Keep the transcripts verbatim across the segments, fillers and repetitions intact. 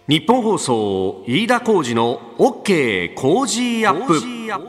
日本放送飯田浩司の OK 工事アップ。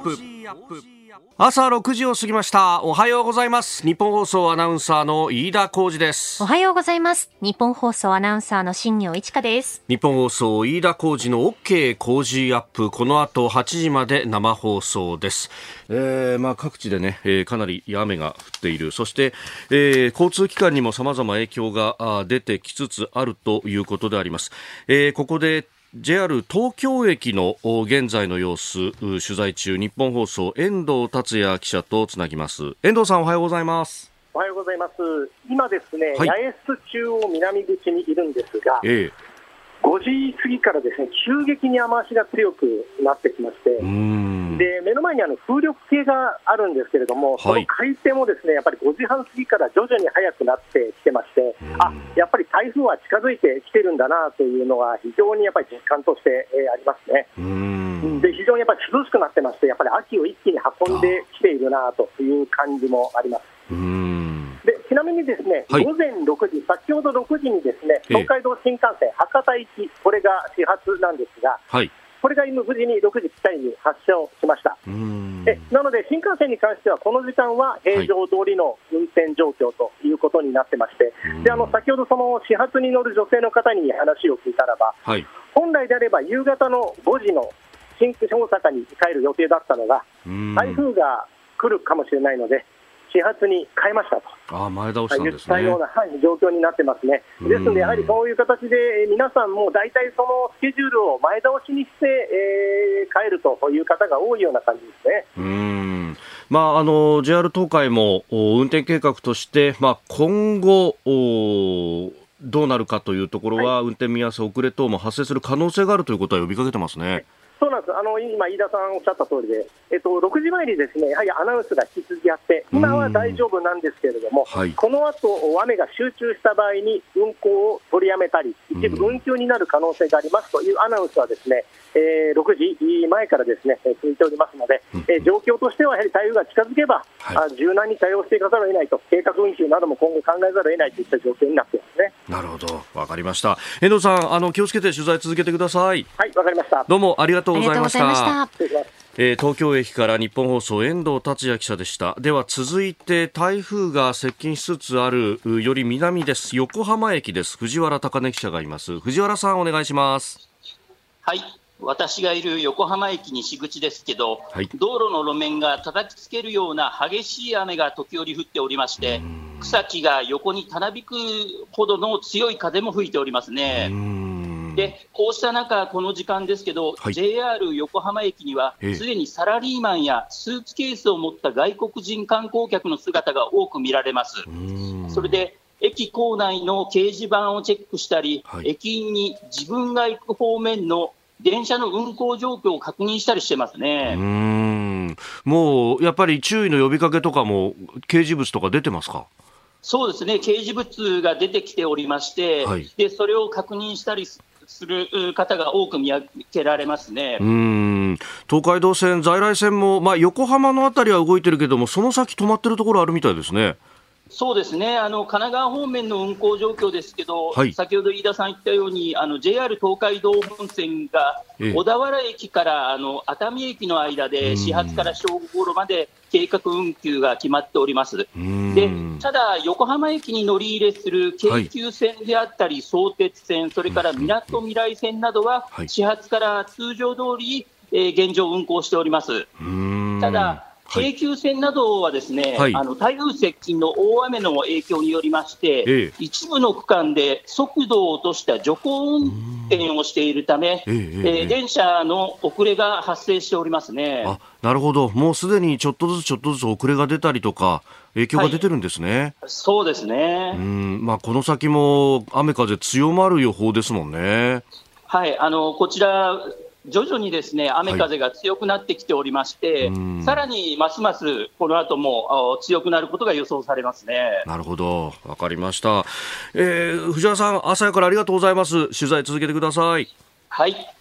朝ろくじを過ぎました。おはようございます。日本放送アナウンサーの飯田浩司です。 おはようございます。日本放送アナウンサーの新業一華です。 日本放送飯田浩司の OK 工事アップ、この後はちじまで生放送です。えーまあ、各地でね、えー、かなり雨が降っている。そして、えー、交通機関にも様々影響が出てきつつあるということであります。えー、ここでジェイアール 東京駅の現在の様子取材中、日本放送遠藤達也記者とつなぎます。遠藤さん、おはようございます。 おはようございます。今ですね、 はい、 八重洲中央南口にいるんですが、ええ、ごじ過ぎからですね、急激に雨足が強くなってきまして、うーんで目の前にあの風力計があるんですけれども、はい、その回転もですね、やっぱりごじはん過ぎから徐々に速くなってきてまして、あ、やっぱり台風は近づいてきてるんだなというのは非常にやっぱり実感として、えー、ありますね。うーんで非常にやっぱり涼しくなってまして、やっぱり秋を一気に運んできているなという感じもあります。うーんでちなみにですね、はい、ごぜんろくじ、先ほどろくじにですね、東海道新幹線博多行き、これが始発なんですが、はい、これが今無事にろくじぴったりに発車をしました。うーんえなので新幹線に関してはこの時間は平常通りの運転状況ということになってまして、はい、であの先ほどその始発に乗る女性の方に話を聞いたらば、はい、本来であれば夕方のごじの新大阪に帰る予定だったのが、台風が来るかもしれないので始発に変えましたと、 あ、前倒したんですね。 言ったような、はい、状況になってますね。ですのでやはりそういう形で皆さんも大体そのスケジュールを前倒しにして、えー、帰るという方が多いような感じですね。 うーん、まあ、あの ジェイアール 東海も運転計画として、まあ、今後どうなるかというところは、はい、運転見合わせ遅れ等も発生する可能性があるということは呼びかけてますね。 そうなんです。あの今飯田さんおっしゃった通りで、えっと、ろくじまえにですね、やはりアナウンスが引き続きあって、今は大丈夫なんですけれども、はい、この後雨が集中した場合に運行を取りやめたり一部運休になる可能性がありますというアナウンスはですね、えー、ろくじまえからですね続いておりますので、えー、状況としてはやはり台風が近づけば、はい、柔軟に対応していかざるを得ないと、計画運休なども今後考えざるを得ないといった状況になっていますね。 なるほど、わかりました。遠藤さん、あの気をつけて取材続けてください。 はい、わかりました。 どうもありがとうございました。 失礼します。 えー、東京駅から日本放送遠藤達也記者でした。では続いて台風が接近しつつあるより南です。横浜駅です。藤原貴根記者がいます。藤原さん、お願いします。 はい、私がいる横浜駅西口ですけど、はい、道路の路面が叩きつけるような激しい雨が時折降っておりまして、草木が横にたなびくほどの強い風も吹いておりますね。でこうした中、この時間ですけど、はい、ジェイアール 横浜駅にはすでにサラリーマンやスーツケースを持った外国人観光客の姿が多く見られます。それで駅構内の掲示板をチェックしたり、はい、駅員に自分が行く方面の電車の運行状況を確認したりしてますね。 うーん、もうやっぱり注意の呼びかけとかも掲示物とか出てますか？ そうですね、掲示物が出てきておりまして、はい、でそれを確認したりする方が多く見受けられますね。 うーん、東海道線、在来線も、まあ、横浜のあたりは動いてるけども、その先止まってるところあるみたいですね。 そうですね、あの神奈川方面の運行状況ですけど、はい、先ほど飯田さん言ったようにあの ジェイアール 東海道本線が小田原駅からあの熱海駅の間で始発から正午ごろまで計画運休が決まっております。でただ横浜駅に乗り入れする京急線であったり相鉄線、それからみなとみらい線などは始発から通常通り、えー、現状運行しております。ただ京急線などはですね、はい、あの台風接近の大雨の影響によりまして、ええ、一部の区間で速度を落とした徐行運転をしているため、ええええ、電車の遅れが発生しておりますね。 あ、なるほど、もうすでにちょっとずつちょっとずつ遅れが出たりとか影響が出てるんですね。 はい、そうですね。 うん、まあ、この先も雨風強まる予報ですもんね。 はい、あのこちら徐々にですね雨風が強くなってきておりまして、はい、さらにますますこの後も強くなることが予想されますね。 なるほど、わかりました。えー、藤原さん、朝からありがとうございます。取材続けてください。 はい。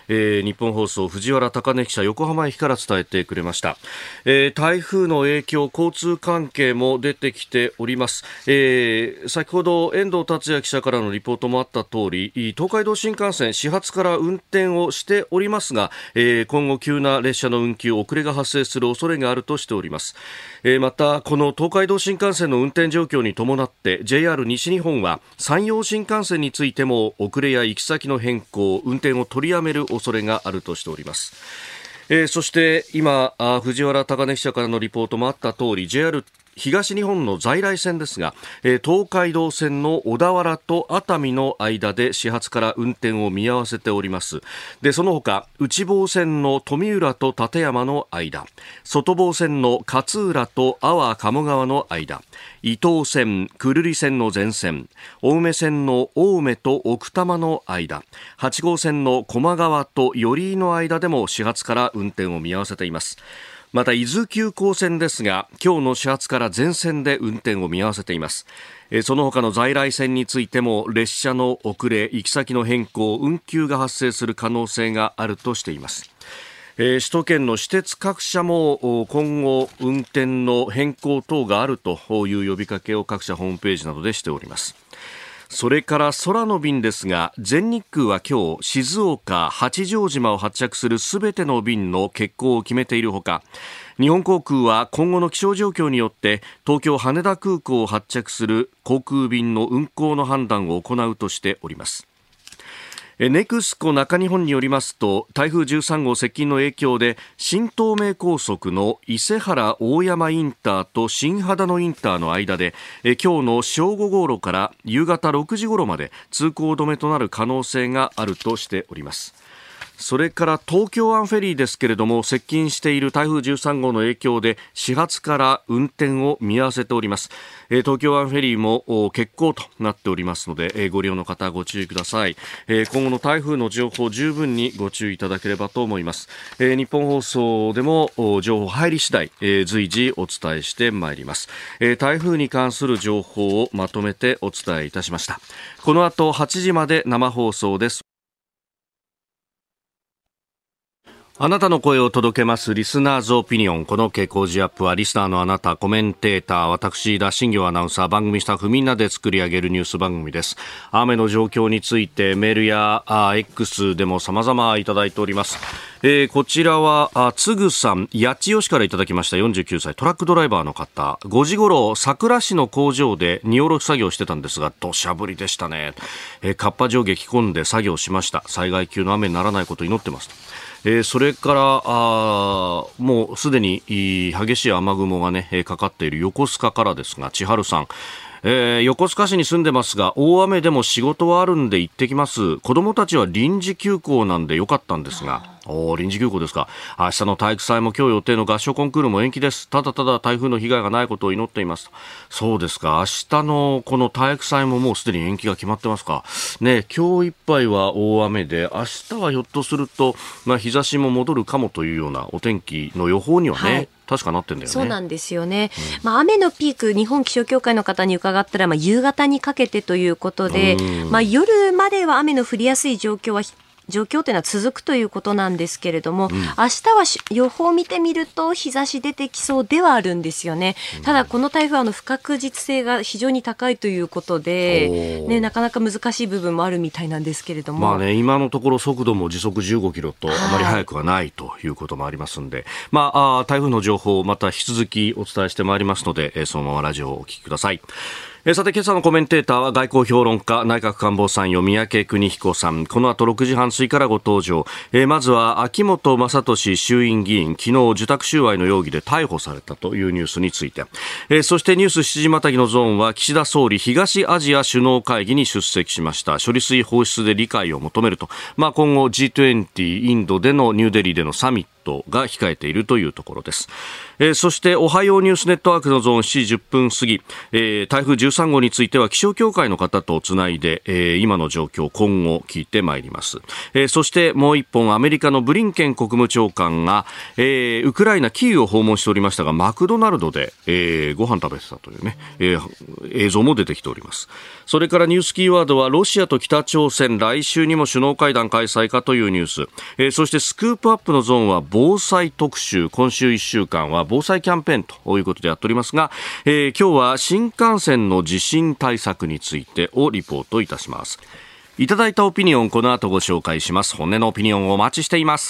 えー、日本放送藤原貴根記者、横浜駅から伝えてくれました。えー、台風の影響、交通関係も出てきております。えー、先ほど遠藤達也記者からのリポートもあった通り、東海道新幹線始発から運転をしておりますが、えー、今後急な列車の運休、遅れが発生する恐れがあるとしております。えー、またこの東海道新幹線の運転状況に伴って ジェイアール 西日本は山陽新幹線についても遅れや行き先の変更、運転を取りやめる恐れがあるとしております。えー、そして今藤原貴根記者からのリポートもあった通り ジェイアール東日本の在来線ですが、えー、東海道線の小田原と熱海の間で始発から運転を見合わせております。でその他内房線の富浦と立山の間、外房線の勝浦と安房鴨川の間、伊東線久留里線の全線、青梅線の青梅と奥多摩の間、はち号線の高麗川と寄居の間でも始発から運転を見合わせています。また伊豆急行線ですが、今日の始発から全線で運転を見合わせています。えその他の在来線についても列車の遅れ、行き先の変更、運休が発生する可能性があるとしています。えー、首都圏の私鉄各社も今後運転の変更等があるという呼びかけを各社ホームページなどでしております。それから空の便ですが、全日空は今日静岡、八丈島を発着するすべての便の欠航を決めているほか、日本航空は今後の気象状況によって東京羽田空港を発着する航空便の運航の判断を行うとしております。ネクスコ中日本によりますと、台風じゅうさん号接近の影響で新東名高速の伊勢原大山インターと新秦野インターの間で今日の正午頃から夕方ろくじ頃まで通行止めとなる可能性があるとしております。それから東京湾フェリーですけれども、接近している台風じゅうさん号の影響で始発から運転を見合わせております。えー、東京湾フェリーも欠航となっておりますので、えー、ご利用の方ご注意ください。えー、今後の台風の情報十分にご注意いただければと思います。えー、日本放送でも情報入り次第、えー、随時お伝えしてまいります。えー、台風に関する情報をまとめてお伝えいたしました。この後はちじまで生放送です。あなたの声を届けますリスナーズオピニオン。この傾向時アップはリスナーのあなた、コメンテーター、私田新行アナウンサー、番組スタッフみんなで作り上げるニュース番組です。雨の状況についてメールやあ X でも様々いただいております。えー、こちらはあつぐさん、八千代市からいただきました。よんじゅうきゅうさいトラックドライバーの方、ごじ頃佐倉市の工場で荷下ろし作業してたんですが、土砂降りでしたね。えー、カッパ上下着込んで作業しました。災害級の雨にならないことを祈ってます。えー、それからあもうすでに激しい雨雲が、ね、かかっている横須賀からですが、千春さん、えー、横須賀市に住んでますが、大雨でも仕事はあるんで行ってきます。子供たちは臨時休校なんでよかったんですが、お臨時休校ですか。明日の体育祭も今日予定の合唱コンクールも延期です。ただただ台風の被害がないことを祈っています。そうですか。明日のこの体育祭ももうすでに延期が決まってますかね。今日いっぱいは大雨で、明日はひょっとすると、まあ、日差しも戻るかもというようなお天気の予報にはね、はい、確かなってんだよね。 そうなんですよね。うん、まあ、雨のピーク、日本気象協会の方に伺ったら、まあ、夕方にかけてということで、まあ、夜までは雨の降りやすい状況は状況というのは続くということなんですけれども、うん、明日は予報を見てみると日差し出てきそうではあるんですよね。ただこの台風はあの不確実性が非常に高いということで、ね、なかなか難しい部分もあるみたいなんですけれども、 まあね、今のところ速度も時速じゅうごキロとあまり速くはないということもありますので、はい、まあ、あ台風の情報をまた引き続きお伝えしてまいりますので、えそのままラジオをお聞きください。えさて今朝のコメンテーターは外交評論家、内閣官房参与三宅邦彦さん。この後ろくじはん過ぎからご登場。えー、まずは秋本真利衆院議員、昨日受託収賄の容疑で逮捕されたというニュースについて、えー、そしてニュースしちじまたぎのゾーンは岸田総理東アジア首脳会議に出席しました。処理水放出で理解を求めると、まあ、今後 ジートゥエンティー インドでのニューデリーでのサミットトが控えているというところです。えー、そしておはようニュースネットワークのゾーンしちじじゅっぷん過ぎ、えー、台風じゅうさんごうについては気象協会の方とつないで、えー、今の状況今後聞いてまいります。えー、そしてもう一本アメリカのブリンケン国務長官が、えー、ウクライナキーウを訪問しておりましたがマクドナルドで、えー、ご飯食べてたというね、えー、映像も出てきております。それからニュースキーワードはロシアと北朝鮮来週にも首脳会談開催かというニュース、えー、そしてスクープアップのゾーンは防災特集、今週いっしゅうかんは防災キャンペーンということでやっておりますが、えー、今日は新幹線の地震対策についてをリポートいたします。いただいたオピニオンこの後ご紹介します。本音のオピニオンをお待ちしています。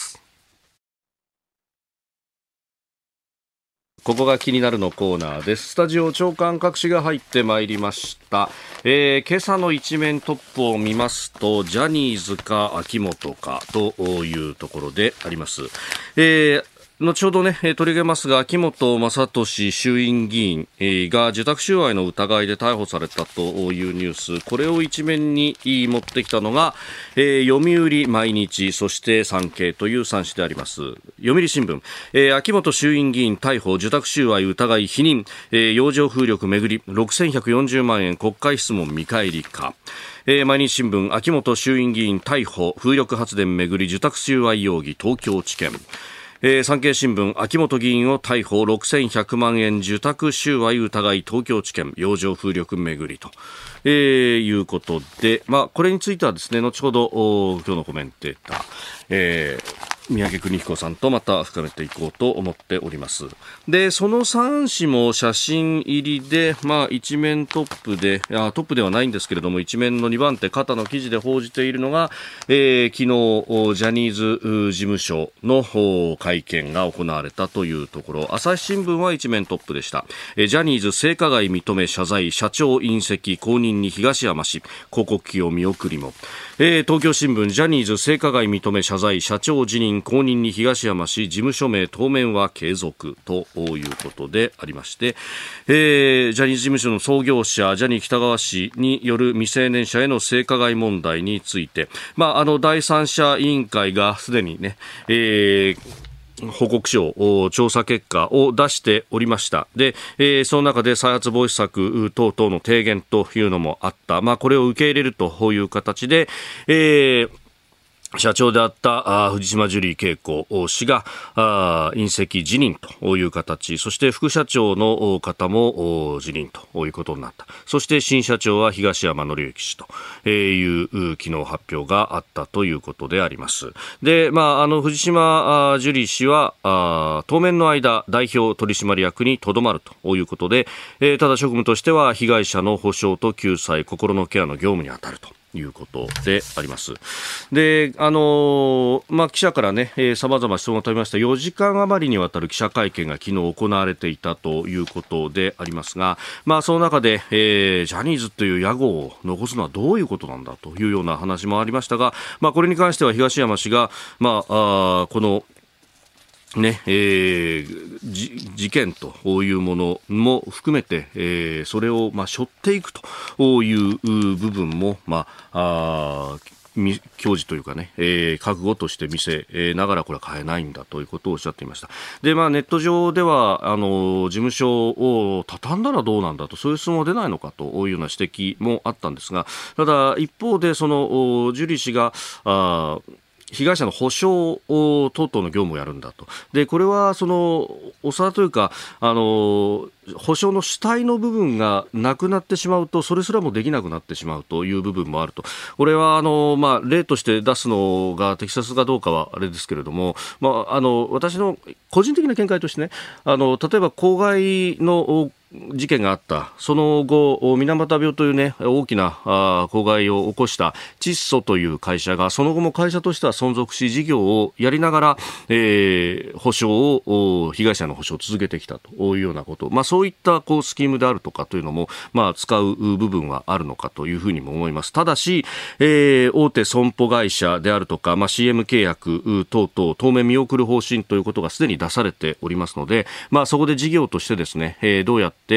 ここが気になるのコーナーです。スタジオ長官各紙が入ってまいりました。えー、今朝の一面トップを見ますとジャニーズか秋元かというところであります。えー後ほどね、取り上げますが、秋本真利衆院議員が受託収賄の疑いで逮捕されたというニュース、これを一面に持ってきたのが、えー、読売毎日、そして産経というさん紙であります。読売新聞、えー、秋元衆院議員逮捕、受託収賄疑い否認、えー、洋上風力めぐりろくせんひゃくよんじゅうまんえん国会質問見返りか。えー、毎日新聞、秋元衆院議員逮捕、風力発電めぐり受託収賄容疑東京地検。えー、産経新聞、秋元議員を逮捕、ろくせんひゃくまんえん受託収賄疑い東京地検、洋上風力めぐりと、えー、いうことで、まあ、これについてはですね、後ほど今日のコメンテーター、えー三宅邦彦さんとまた深めていこうと思っております。で、そのさん紙も写真入りで、まあ、一面トップで、あトップではないんですけれども、一面のにばん手肩の記事で報じているのが、えー、昨日ジャニーズ事務所の会見が行われたというところ、朝日新聞は一面トップでした。えー、ジャニーズ性加害認め謝罪、社長引責、後任に東山氏、広告起用見送りも。えー、東京新聞、ジャニーズ性加害認め謝罪、社長辞任、後任に東山氏、事務所名当面は継続ということでありまして、えー、ジャニーズ事務所の創業者ジャニー喜多川氏による未成年者への性加害問題について、まあ、あの第三者委員会がすでにね、えー報告書、調査結果を出しておりました。で、えー、その中で再発防止策等々の提言というのもあった。まあ、これを受け入れるという形で、えー社長であった藤島ジュリー景子氏が引責辞任という形、そして副社長の方も辞任ということになった。そして新社長は東山紀之氏という昨日発表があったということであります。で、まあ、あの藤島ジュリー氏は当面の間代表取締役にとどまるということで、ただ職務としては被害者の補償と救済、心のケアの業務に当たるということであります。で、あのまあ、記者からね、えー、様々質問を問いました。よじかん余りにわたる記者会見が昨日行われていたということでありますが、まあ、その中で、えー、ジャニーズという屋号を残すのはどういうことなんだというような話もありましたが、まあ、これに関しては東山氏が、まあ、あこのねえー、事件というものも含めて、えー、それを、まあ、背負っていくという部分も、まあ、あ教示というかね、えー、覚悟として見せながらこれは変えないんだということをおっしゃっていました。で、まあ、ネット上ではあの事務所を畳んだらどうなんだと、そういう質問は出ないのかというような指摘もあったんですが、ただ一方でそのジュリー氏があ被害者の補償等々の業務をやるんだと。で、これはそのお皿というか、あの補償の主体の部分がなくなってしまうと、それすらもできなくなってしまうという部分もあると。これはあの、まあ、例として出すのが適切かどうかはあれですけれども、まあ、あの私の個人的な見解としてね、あの例えば公害の事件があった。その後、水俣病というね、大きなあ公害を起こした窒素という会社が、その後も会社としては存続し、事業をやりながら、えー、補償を、被害者の補償を続けてきたというようなこと。まあ、そういったこうスキームであるとかというのも、まあ、使う部分はあるのかというふうにも思います。ただし、えー、大手損保会社であるとか、まあ、シーエム 契約等々、当面見送る方針ということがすでに出されておりますので、まあ、そこで事業としてですね、えー、どうやって 、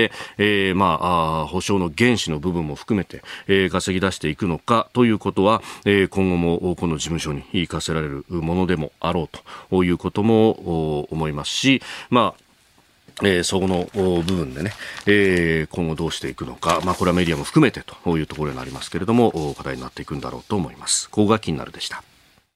えー、まあ、あ保証の原資の部分も含めて、えー、稼ぎ出していくのかということは、えー、今後もこの事務所に生かせられるものでもあろうということも思いますし、まあえー、そこの部分でね、えー、今後どうしていくのか、まあ、これはメディアも含めてというところになりますけれども、課題になっていくんだろうと思います。ここが気になるでした。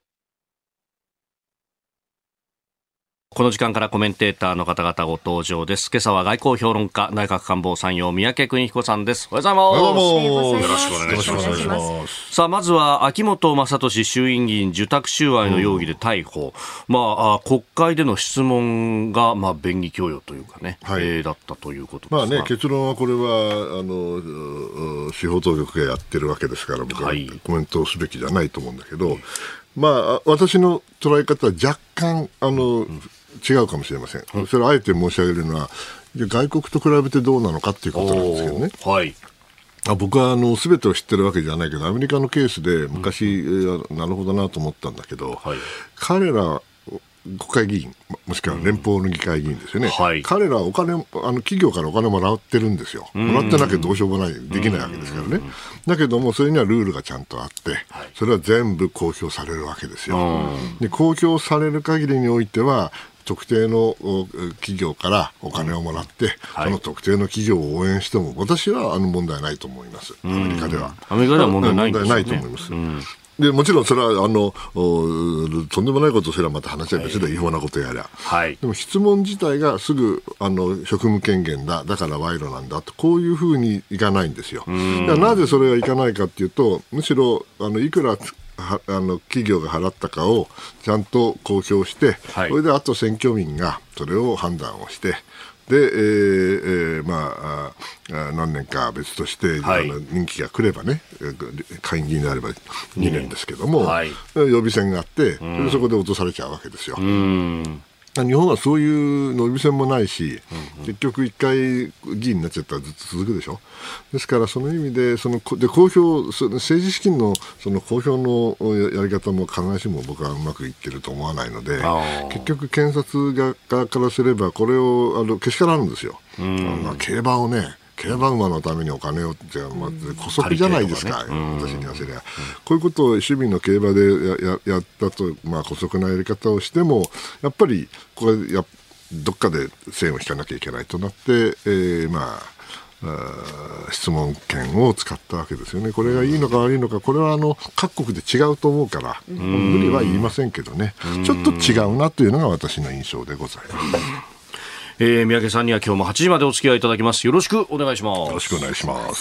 この時間からコメンテーターの方々ご登場です。今朝は外交評論家、内閣官房参与三宅邦彦さんです。おはようございます。よろしくお願いします。ますさあ、まずは秋本真利衆院議員受託収賄の容疑で逮捕、うん、まあ、国会での質問が、まあ、便宜供与というかね、はい、えー、だったということですが、まあね、結論はこれはあの司法当局がやってるわけですから、僕はコメントをすべきじゃないと思うんだけど、はい、まあ、私の捉え方は若干あの、うん、違うかもしれません。それをあえて申し上げるのは、外国と比べてどうなのかということなんですけどね。はい、あ僕はあの全てを知ってるわけじゃないけど、アメリカのケースで昔、うん、なるほどなと思ったんだけど、はい、彼ら国会議員もしくは連邦の議会議員ですよね、うんはい、彼らはお金あの企業からお金もらってるんですよ。もらってなきゃどうしようもないできないわけですからね。だけどもそれにはルールがちゃんとあって、はい、それは全部公表されるわけですよ。で公表される限りにおいては特定の企業からお金をもらって、はい、その特定の企業を応援しても私はあの問題ないと思います。アメリカではアメリカでは問題ないんですよね。問題ないと思います。うんでもちろんそれはあのとんでもないことすればまた話は別で違法なことやりゃ、はい、でも質問自体がすぐあの職務権限だだから賄賂なんだとこういうふうにいかないんですよ。なぜそれがいかないかというとむしろあのいくらあの企業が払ったかをちゃんと公表して、はい、それであと選挙民がそれを判断をしてで、えーえーまあ、何年か別として、はい、あの任期が来ればね下院議員であればにねんですけども、はい、予備選があってそれでそこで落とされちゃうわけですよ。うん日本はそういう予備選もないし、うんうん、結局いっかい議員になっちゃったらずっと続くでしょ。ですからその意味でそので公表政治資金のその公表のやり方も必ずしも僕はうまくいってると思わないので結局検察側からすればこれをあのけしからんんですよ。うんあ競馬をね競馬馬のためにお金をじゃあ、まあ、姑息じゃないですか、ね、私にはせりゃ、うん、こういうことを趣味の競馬でや, や, やったと、まあ、姑息なやり方をしてもやっぱりこれやどっかで線を引かなきゃいけないとなって、えー、まあ質問権を使ったわけですよね。これがいいのか悪いのかこれはあの各国で違うと思うから無理は言いませんけどねちょっと違うなというのが私の印象でございます。えー、三宅さんには今日もはちじまでお付き合いいただきます。よろしくお願いします。よろしくお願いします。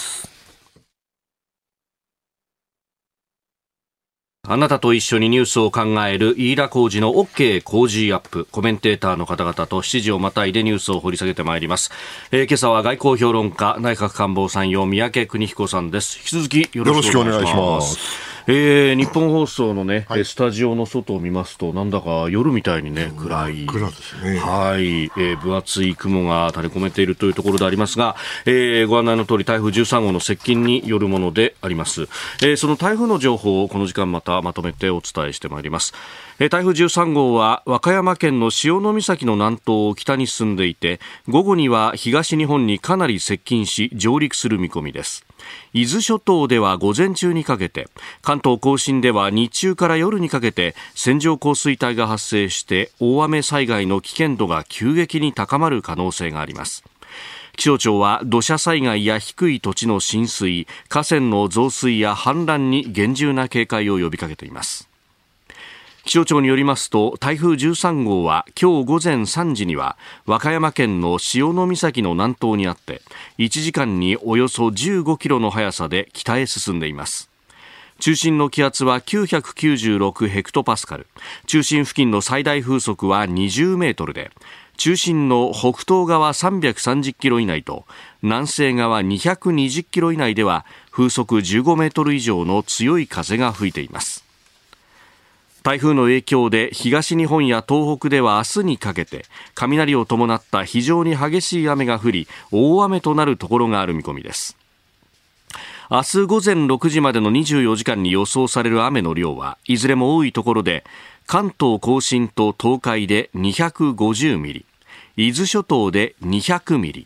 あなたと一緒にニュースを考える飯田浩司の OK 工事アップ。コメンテーターの方々としちじをまたいでニュースを掘り下げてまいります。えー、今朝は外交評論家内閣官房参与三宅邦彦さんです。引き続きよろしくお願いします。えー、日本放送のね、はい、スタジオの外を見ますとなんだか夜みたいにね暗い暗ですね。はい、えー、分厚い雲が垂れ込めているというところでありますが、えー、ご案内の通り台風じゅうさん号の接近によるものであります。えー、その台風の情報をこの時間またまとめてお伝えしてまいります。えー、台風じゅうさん号は和歌山県の潮岬の南東を北に進んでいて午後には東日本にかなり接近し上陸する見込みです。伊豆諸島では午前中にかけて関東甲信では日中から夜にかけて線状降水帯が発生して大雨災害の危険度が急激に高まる可能性があります。気象庁は土砂災害や低い土地の浸水河川の増水や氾濫に厳重な警戒を呼びかけています。気象庁によりますと台風じゅうさん号は今日午前さんじには和歌山県の潮岬の南東にあっていちじかんにおよそじゅうごキロの速さで北へ進んでいます。中心の気圧はきゅうひゃくきゅうじゅうろくヘクトパスカル、中心付近の最大風速はにじゅうメートルで中心の北東側さんびゃくさんじゅっキロ以内と南西側にひゃくにじゅっキロ以内では風速じゅうごメートル以上の強い風が吹いています。台風の影響で東日本や東北では明日にかけて雷を伴った非常に激しい雨が降り大雨となるところがある見込みです。明日ごぜんろくじまでのにじゅうよじかんに予想される雨の量はいずれも多いところで関東甲信と東海でにひゃくごじゅうミリ、伊豆諸島でにひゃくミリ、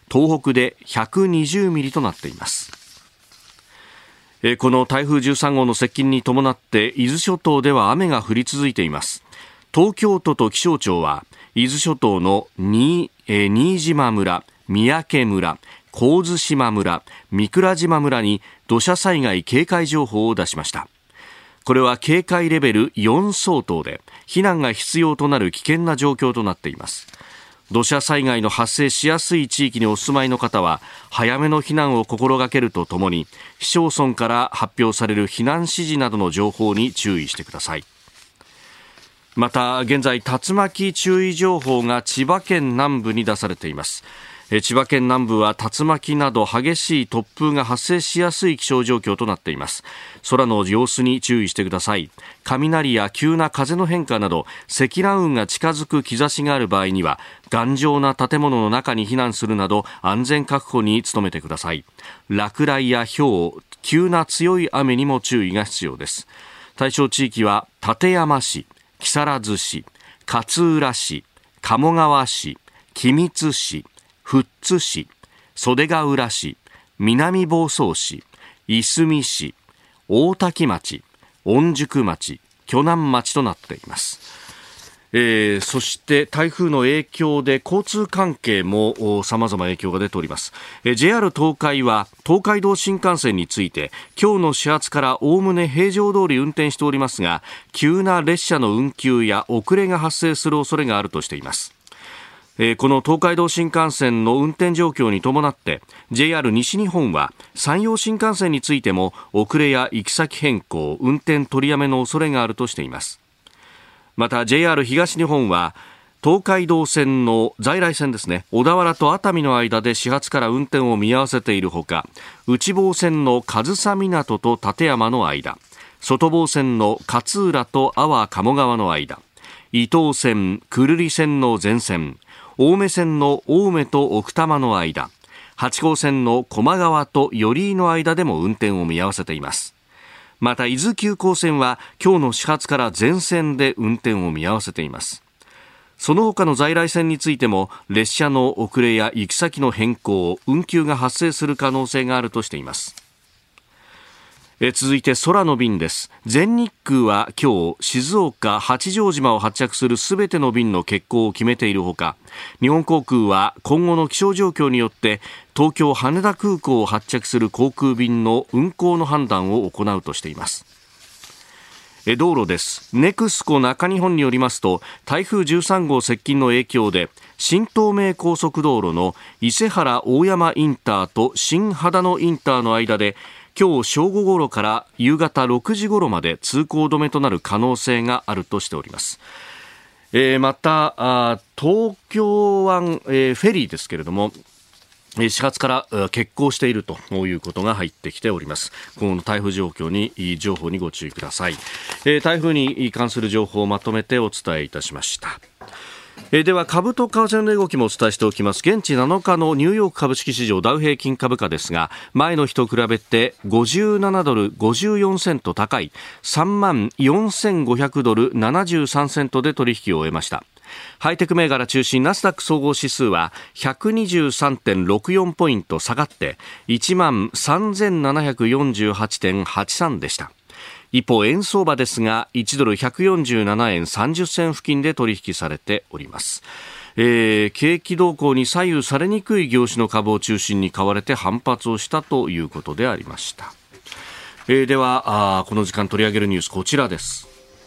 東北でひゃくにじゅうミリとなっています。この台風じゅうさん号の接近に伴って伊豆諸島では雨が降り続いています。東京都と気象庁は伊豆諸島の新島村、三宅村、神津島村、御蔵島村に土砂災害警戒情報を出しました。これは警戒レベルよん相当で避難が必要となる危険な状況となっています。土砂災害の発生しやすい地域にお住まいの方は早めの避難を心がけるとともに、市町村から発表される避難指示などの情報に注意してください。また現在竜巻注意情報が千葉県南部に出されています。千葉県南部は竜巻など激しい突風が発生しやすい気象状況となっています。空の様子に注意してください。雷や急な風の変化など積乱雲が近づく兆しがある場合には頑丈な建物の中に避難するなど安全確保に努めてください。落雷や雹、急な強い雨にも注意が必要です。対象地域は館山市、木更津市、勝浦市、鴨川市、君津市、富津市、袖ヶ浦市、南房総市、いすみ市、大多喜町、御宿町、鋸南町となっています。えー、そして台風の影響で交通関係も様々影響が出ております。えー、ジェイアール 東海は東海道新幹線について今日の始発からおおむね平常通り運転しておりますが、急な列車の運休や遅れが発生する恐れがあるとしています。この東海道新幹線の運転状況に伴って ジェイアール 西日本は山陽新幹線についても遅れや行き先変更、運転取りやめの恐れがあるとしています。また ジェイアール 東日本は東海道線の在来線ですね、小田原と熱海の間で始発から運転を見合わせているほか、内房線の上総湊と館山の間、外房線の勝浦と安房鴨川の間、伊東線、久留里線の全線、青梅線の青梅と奥多摩の間、八高線の駒川と寄居の間でも運転を見合わせています。また伊豆急行線は今日の始発から全線で運転を見合わせています。その他の在来線についても列車の遅れや行き先の変更、運休が発生する可能性があるとしています。え続いて空の便です。全日空は今日静岡八丈島を発着するすべての便の欠航を決めているほか、日本航空は今後の気象状況によって東京羽田空港を発着する航空便の運航の判断を行うとしています。え道路です。ネクスコ中日本によりますと、台風じゅうさん号接近の影響で新東名高速道路の伊勢原大山インターと新秦野インターの間で今日正午ごろから夕方ろくじごろまで通行止めとなる可能性があるとしております。えー、またあ東京湾、えー、フェリーですけれども、始発から欠航しているということが入ってきております。今後の台風状況に情報にご注意ください。えー、台風に関する情報をまとめてお伝えいたしました。えー、では株と為替の動きもお伝えしておきます。現地なのかのニューヨーク株式市場ダウ平均株価ですが、前の日と比べてごじゅうななドルごじゅうよんセント高い さんまんよんせんごひゃくドルななじゅうさんセントで取引を終えました。ハイテク銘柄中心ナスダック総合指数は ひゃくにじゅうさんてんろくよん ポイント下がって いちまんさんぜんななひゃくよんじゅうはちてんはちさん でした。一方円相場ですがいちドルひゃくよんじゅうななえんさんじゅっせん付近で取引されております。えー、景気動向に左右されにくい業種の株を中心に買われて反発をしたということでありました。えー、ではあこの時間取り上げるニュースこちらです。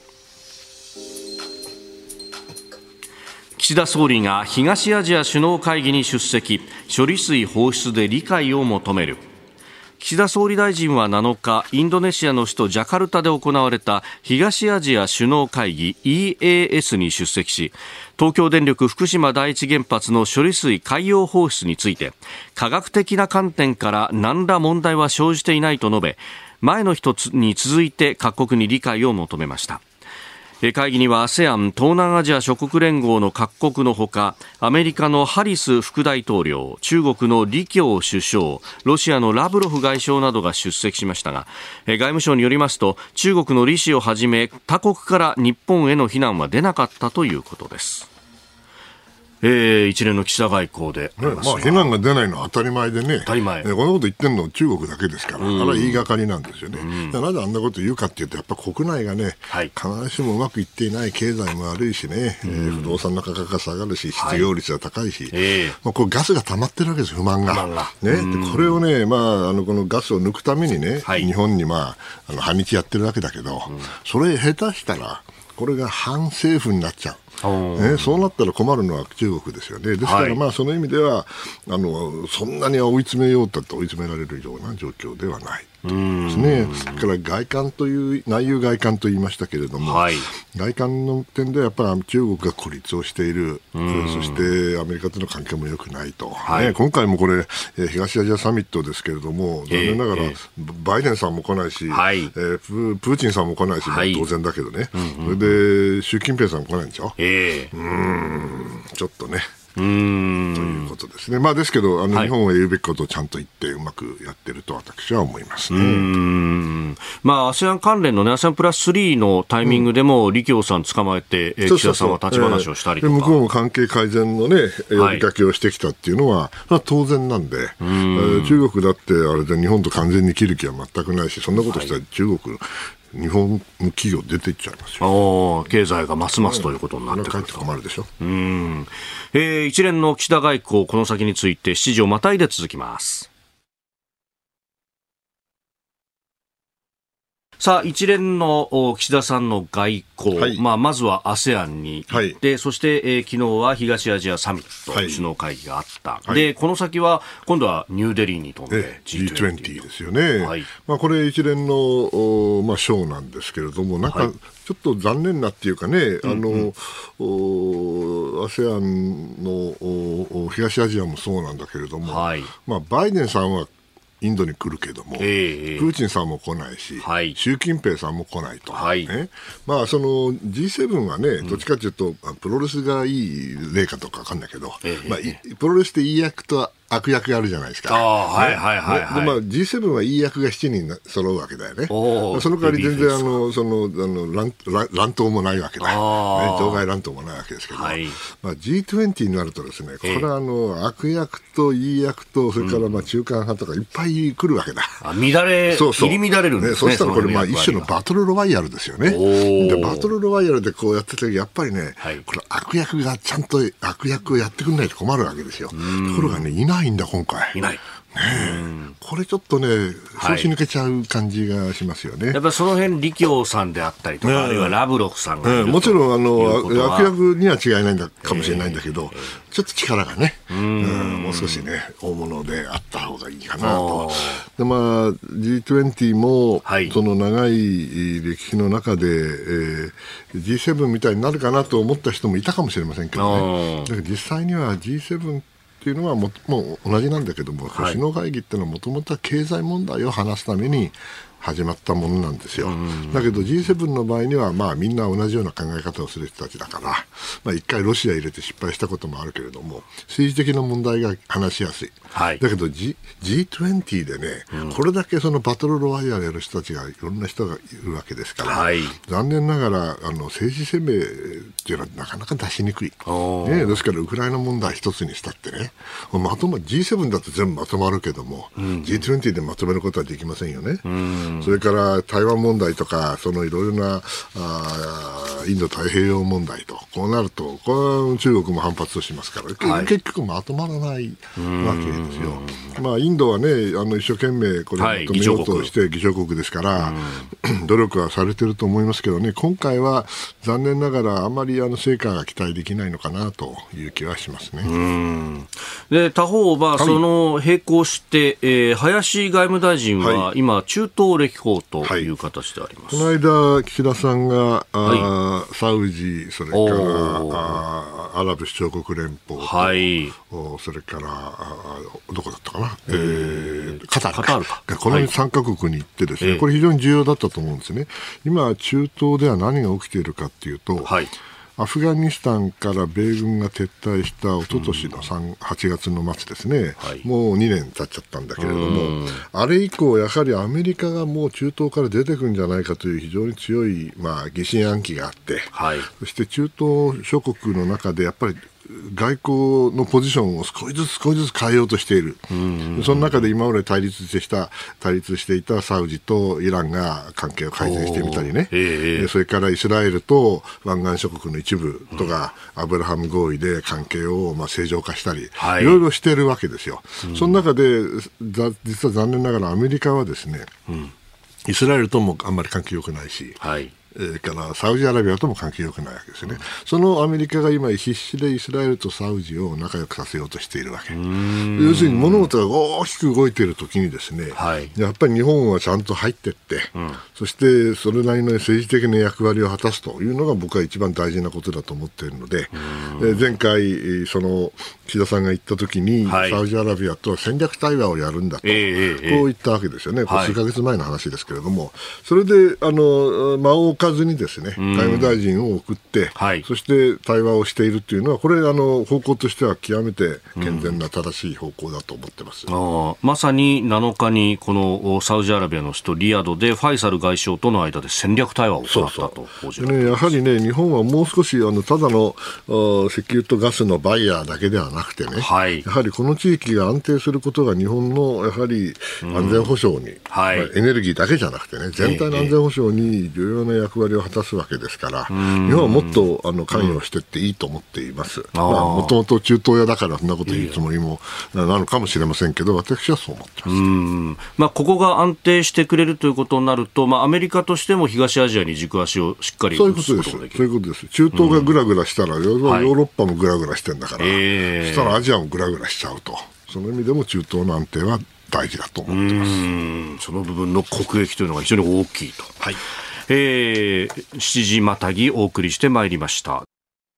岸田総理が東アジア首脳会議に出席、処理水放出で理解を求める。岸田総理大臣はなのか、インドネシアの首都ジャカルタで行われた東アジア首脳会議 イーエーエス に出席し、東京電力福島第一原発の処理水海洋放出について、科学的な観点から何ら問題は生じていないと述べ、前の日に続いて各国に理解を求めました。会議には アセアン 東南アジア諸国連合の各国のほか、アメリカのハリス副大統領、中国の李強首相、ロシアのラブロフ外相などが出席しましたが、外務省によりますと中国の李氏をはじめ他国から日本への非難は出なかったということです。 えー、一連の岸田外交で、 ね、まあ、非難が出ないのは当たり前でね、 当たり前、 ね、こんなこと言ってるの中国だけですから、うん、あれは言いがかりなんですよね、うん、なぜあんなこと言うかっていうと、やっぱ国内がね、はい、必ずしもうまくいっていない、経済も悪いしね、うん、えー、不動産の価格が下がるし、失業率が高いし、はい、えーまあ、こうガスが溜まってるわけですよ、不満が。不満がね、うん、でこれをね、まあ、あのこのガスを抜くためにね、はい、日本に、まあ、あの反日やってるわけだけど、うん、それ下手したら、これが反政府になっちゃう。ね、そうなったら困るのは中国ですよね。ですから、まあ、その意味ではあのそんなに追い詰めようと追い詰められるような状況ではないですね。それから外観という内憂外観と言いましたけれども、はい、外観の点ではやっぱり中国が孤立をしている、そしてアメリカとの関係も良くないと、はいね、今回もこれ東アジアサミットですけれども、残念ながら、えー、バイデンさんも来ないし、はい、えー、プ, プーチンさんも来ないし、はい、当然だけどね、うんうん、それで習近平さんも来ないんでしょ、えー、うーんちょっとねうーんということですね。まあ、ですけどあの、はい、日本は言うべきことをちゃんと言ってうまくやってると私は思いますね。うーん、まあ、アセアン 関連の、ね、アセアンプラススリーのタイミングでも、うん、李強さん捕まえて、えー、岸田さんは立ち話をしたりとか、 えー、向こうも関係改善の、ね、呼びかけをしてきたっていうのは、はい、当然なんで、うんえー、中国だってあれで日本と完全に切る気は全くないし、そんなことしたら中国、はい日本の企業出ていっちゃいますよ。 経済がますますということになってくると。 困るでしょ。 うん、えー、一連の岸田外交この先についてしちじをまたいで続きます。さあ一連の岸田さんの外交、はいまあ、まずは アセアン に行って、はい、そして、えー、昨日は東アジアサミット、はい、首脳会議があった、はい、でこの先は今度はニューデリーに飛んでジートゥエンティー ですよね、はいまあ、これ一連の、まあ、ショーなんですけれどもなんかちょっと残念なっていうかね、はい、あの、うんうん、アセアン の東アジアもそうなんだけれども、はいまあ、バイデンさんはインドに来るけども、えー、プーチンさんも来ないし、はい、習近平さんも来ないと、はいねまあ、その ジーセブン はね、どっちかというと、うん、プロレスがいい例かとか分かんないけど、えーまあ、プロレスっていい役と悪役があるじゃないですか。あ、はいはいはいはい、でまあ、ジーセブン はいい役がしちにん揃うわけだよね。その代わり全然あのそのあの乱乱闘もないわけだ、ね、場外乱闘もないわけですけど、はいまあ、ジートゥエンティー になるとですねこれはあの悪役といい役とそれからまあ中間派とかいっぱい来るわけだ。 あ乱れそうそう入り乱れるんですね。 そうしたらこれまあ一種のバトルロワイヤルですよね。でバトルロワイヤルでこうやっててやっぱりね、はい、これ悪役がちゃんと悪役をやってくれないと困るわけですよ。ところがねいないんだ今回。いないねえこれちょっとね拍子抜けちゃう感じがしますよね、はい、 やっぱりその辺李強さんであったりとか、ね、あるいはラブロフさんがいると、 ね、もちろんあの悪役には違いないんだかもしれないんだけど、えー、ちょっと力がねうんもう少しね大物であった方がいいかなと。で、まあ、ジートゥエンティー も、はい、その長い歴史の中で、えー、ジーセブン みたいになるかなと思った人もいたかもしれませんけどね。だから実際には ジーセブンっていうのはももう同じなんだけども、はい、首脳会議っていうのはもともとは経済問題を話すために始まったものなんですよ。だけど ジーセブン の場合には、まあ、みんな同じような考え方をする人たちだから、まあ、一回ロシア入れて失敗したこともあるけれども政治的な問題が話しやすい、はい、だけど、G、ジートゥエンティー でね、うん、これだけそのバトルロワイヤルやる人たちがいろんな人がいるわけですから、はい、残念ながらあの政治声明っていうのはなかなか出しにくい、ね、ですからウクライナ問題一つにしたってねまとま ジーセブン だと全部まとまるけども、うん、ジートゥエンティー でまとめることはできませんよね、うんそれから台湾問題とかそのいろいろなあインド太平洋問題とこうなるとこれは中国も反発をしますから、はい、結局まとまらないわけですよ。まあ、インドはねあの一生懸命これをまとめようとして議長国ですから、努力はされてると思いますけどね今回は残念ながらあまりあの成果が期待できないのかなという気はしますね。 うんで他方はその並行して、えー、林外務大臣は今中東歴訪という形であります、 はい、この間岸田さんが、はい、サウジそれからあアラブ首長国連邦と、はい、それからあどこだったかな、えー、カタールか、カタールかこのさんカ国に行ってですね、はい、これ非常に重要だったと思うんですね。今中東では何が起きているかというと、はいアフガニスタンから米軍が撤退した一昨年のはちがつの末ですね、はい、もうにねん経っちゃったんだけれどもあれ以降やはりアメリカがもう中東から出てくるんじゃないかという非常に強い、まあ、疑心暗鬼があって、はい、そして中東諸国の中でやっぱり外交のポジションを少しずつ少しずつ変えようとしている。その中で今まで対立してきた対立していたサウジとイランが関係を改善してみたりね、えー、それからイスラエルと湾岸諸国の一部とか、うん、アブラハム合意で関係をまあ正常化したり、はい、いろいろしているわけですよ、うん、その中で実は残念ながらアメリカはですね、うん、イスラエルともあんまり関係良くないし、はいえー、からサウジアラビアとも関係良くないわけですよね、うん、そのアメリカが今必死でイスラエルとサウジを仲良くさせようとしているわけ。要するに物事が大きく動いているときにですね、はい、やっぱり日本はちゃんと入っていって、うん、そしてそれなりの政治的な役割を果たすというのが僕は一番大事なことだと思っているので、えー、前回その岸田さんが言ったときに、はい、サウジアラビアと戦略対話をやるんだと、えー、こう言ったわけですよね、はい、数ヶ月前の話ですけれども、それであの間を置かずにですね、外務大臣を送って、はい、そして対話をしているというのは、これあの方向としては極めて健全な正しい方向だと思ってます。 あまさになのかにこのサウジアラビアの首都リヤドでファイサル外相との間で戦略対話を行ったと報じられています。 ね、やはりね、日本はもう少しあのただの石油とガスのバイヤーだけではなくてね、はい、やはりこの地域が安定することが日本のやはり安全保障に、はい、エネルギーだけじゃなくてね、全体の安全保障に重要な役割を果たすわけですから、日本はもっとあの関与していっていいと思っています。もともと中東屋だからそんなこと言うつもりもなのかもしれませんけど、私はそう思ってます。うん、まあ、ここが安定してくれるということになると、まあ、アメリカとしても東アジアに軸足をしっかり移すことができる。 そういうことです。中東がぐらぐらしたら、ヨーロッパもぐらぐらしてるんだから、はい、そしたらアジアもぐらぐらしちゃうと、その意味でも中東の安定は大事だと思ってます。うん、その部分の国益というのが非常に大きいと。はい、えー、しちじまたぎお送りしてまいりました。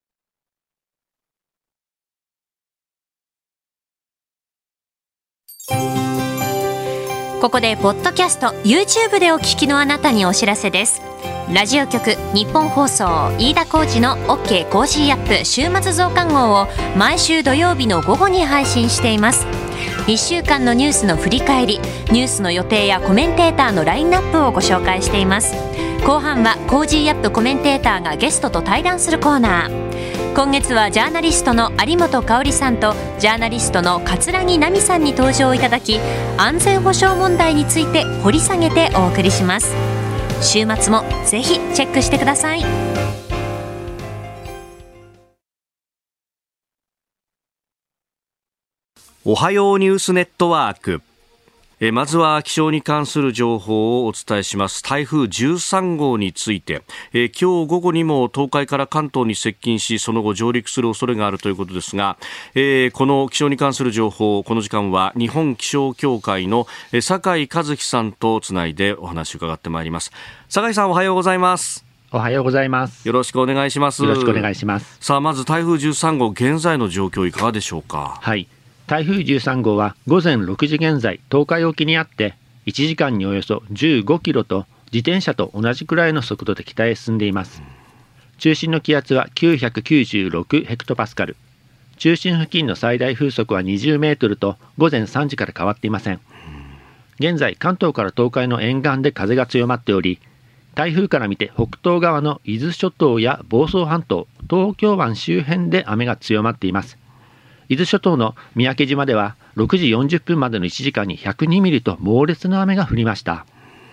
ここでポッドキャスト YouTube でお聞きのあなたにお知らせです。ラジオ局日本放送飯田浩司の OK コージーアップ週末増刊号を毎週土曜日の午後に配信しています。いっしゅうかんのニュースの振り返り、ニュースの予定やコメンテーターのラインナップをご紹介しています。後半はコージーアップコメンテーターがゲストと対談するコーナー。今月はジャーナリストの有本香里さんとジャーナリストの桂木奈美さんに登場いただき、安全保障問題について掘り下げてお送りします。週末もぜひチェックしてください。 おはようニュースネットワーク。えまずは気象に関する情報をお伝えします。台風じゅうさんごうについて、え今日午後にも東海から関東に接近し、その後上陸する恐れがあるということですが、えー、この気象に関する情報、この時間は日本気象協会の酒井和樹さんとつないでお話を伺ってまいります。酒井さん、おはようございます。 おはようございます。 よろしくお願いします。 よろしくお願いします。 さあ、まず台風じゅうさんごう、現在の状況いかがでしょうか。 はい、台風じゅうさんごうは午前ろくじ現在、東海沖にあっていちじかんにおよそじゅうごキロと自転車と同じくらいの速度で北へ進んでいます。中心の気圧はきゅうひゃくきゅうじゅうろくヘクトパスカル、中心付近の最大風速はにじゅうメートルと午前さんじから変わっていません。現在関東から東海の沿岸で風が強まっており、台風から見て北東側の伊豆諸島や房総半島、東京湾周辺で雨が強まっています。伊豆諸島の三宅島ではろくじよんじゅっぷんまでのいちじかんにひゃくにミリと猛烈な雨が降りました。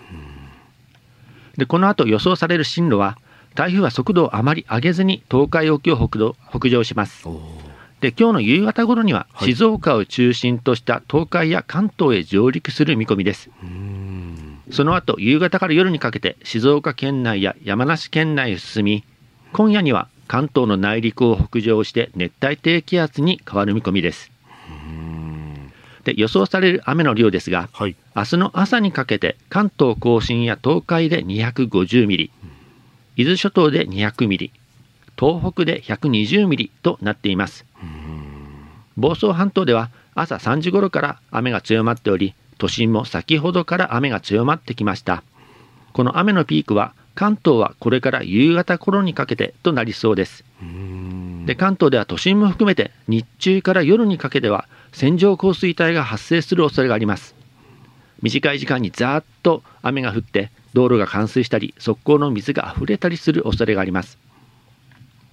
でこの後予想される進路は、台風は速度をあまり上げずに東海沖を北道北上します。で今日の夕方頃には静岡を中心とした東海や関東へ上陸する見込みです。その後夕方から夜にかけて静岡県内や山梨県内へ進み、今夜には関東の内陸を北上して熱帯低気圧に変わる見込みです。で予想される雨の量ですが、はい、明日の朝にかけて関東甲信や東海でにひゃくごじゅうミリ、伊豆諸島でにひゃくミリ、東北でひゃくにじゅうミリとなっています。房総半島では朝さんじ頃から雨が強まっており、都心も先ほどから雨が強まってきました。この雨のピークは関東はこれから夕方頃にかけてとなりそうです。で関東では都心も含めて日中から夜にかけては線状降水帯が発生する恐れがあります。短い時間にざーっと雨が降って道路が冠水したり側溝の水があふれたりする恐れがあります。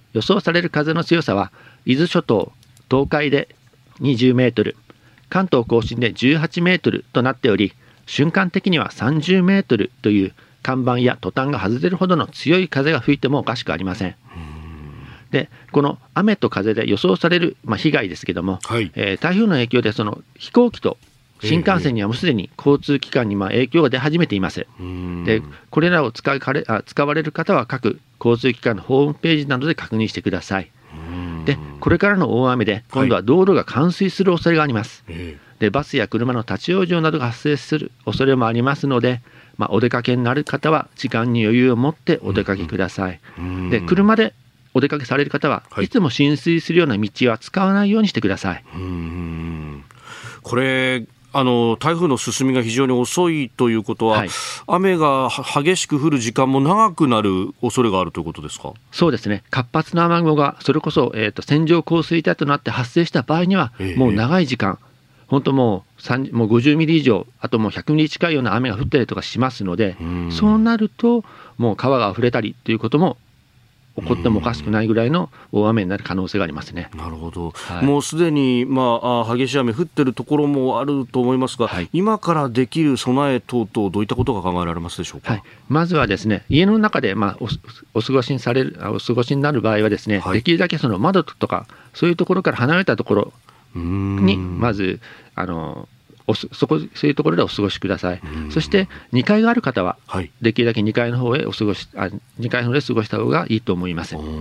予想される風の強さは伊豆諸島、東海でにじゅうメートル、関東甲信でじゅうはちメートルとなっており、瞬間的にはさんじゅうメートルという看板やトタンが外れるほどの強い風が吹いてもおかしくありません。でこの雨と風で予想される、まあ、被害ですけども、はい、えー、台風の影響でその飛行機と新幹線にはもうすでに交通機関にまあ影響が出始めています。でこれらを使われ、あ使われる方は各交通機関のホームページなどで確認してください。でこれからの大雨で今度は道路が冠水する恐れがあります。はい、でバスや車の立ち往生などが発生する恐れもありますので、まあ、お出かけになる方は時間に余裕を持ってお出かけください。で車でお出かけされる方は、はい、いつも浸水するような道は使わないようにしてください。 うーんこれあの台風の進みが非常に遅いということは、はい、雨が激しく降る時間も長くなる恐れがあるということですか。 そうですね、活発な雨雲がそれこそ、えーと、線状降水帯となって発生した場合には、えー、もう長い時間、本当もう、もうごじゅうミリ以上、あともうひゃくミリ近いような雨が降ったりとかしますので、うそうなるともう川が溢れたりということも起こってもおかしくないぐらいの大雨になる可能性がありますね。 なるほど、はい、もうすでに、まあ、激しい雨降っているところもあると思いますが、はい、今からできる備え等々どういったことが考えられますでしょうか。 はい、まずはですね、家の中で、まあ、お, お過ごしにされるお過ごしになる場合はですね、はい、できるだけその窓とかそういうところから離れたところにまずあのおそこそういうところでお過ごしください。そしてにかいがある方は、はい、できるだけにかいの方へお過ごしあにかいの方で過ごした方がいいと思います。はい、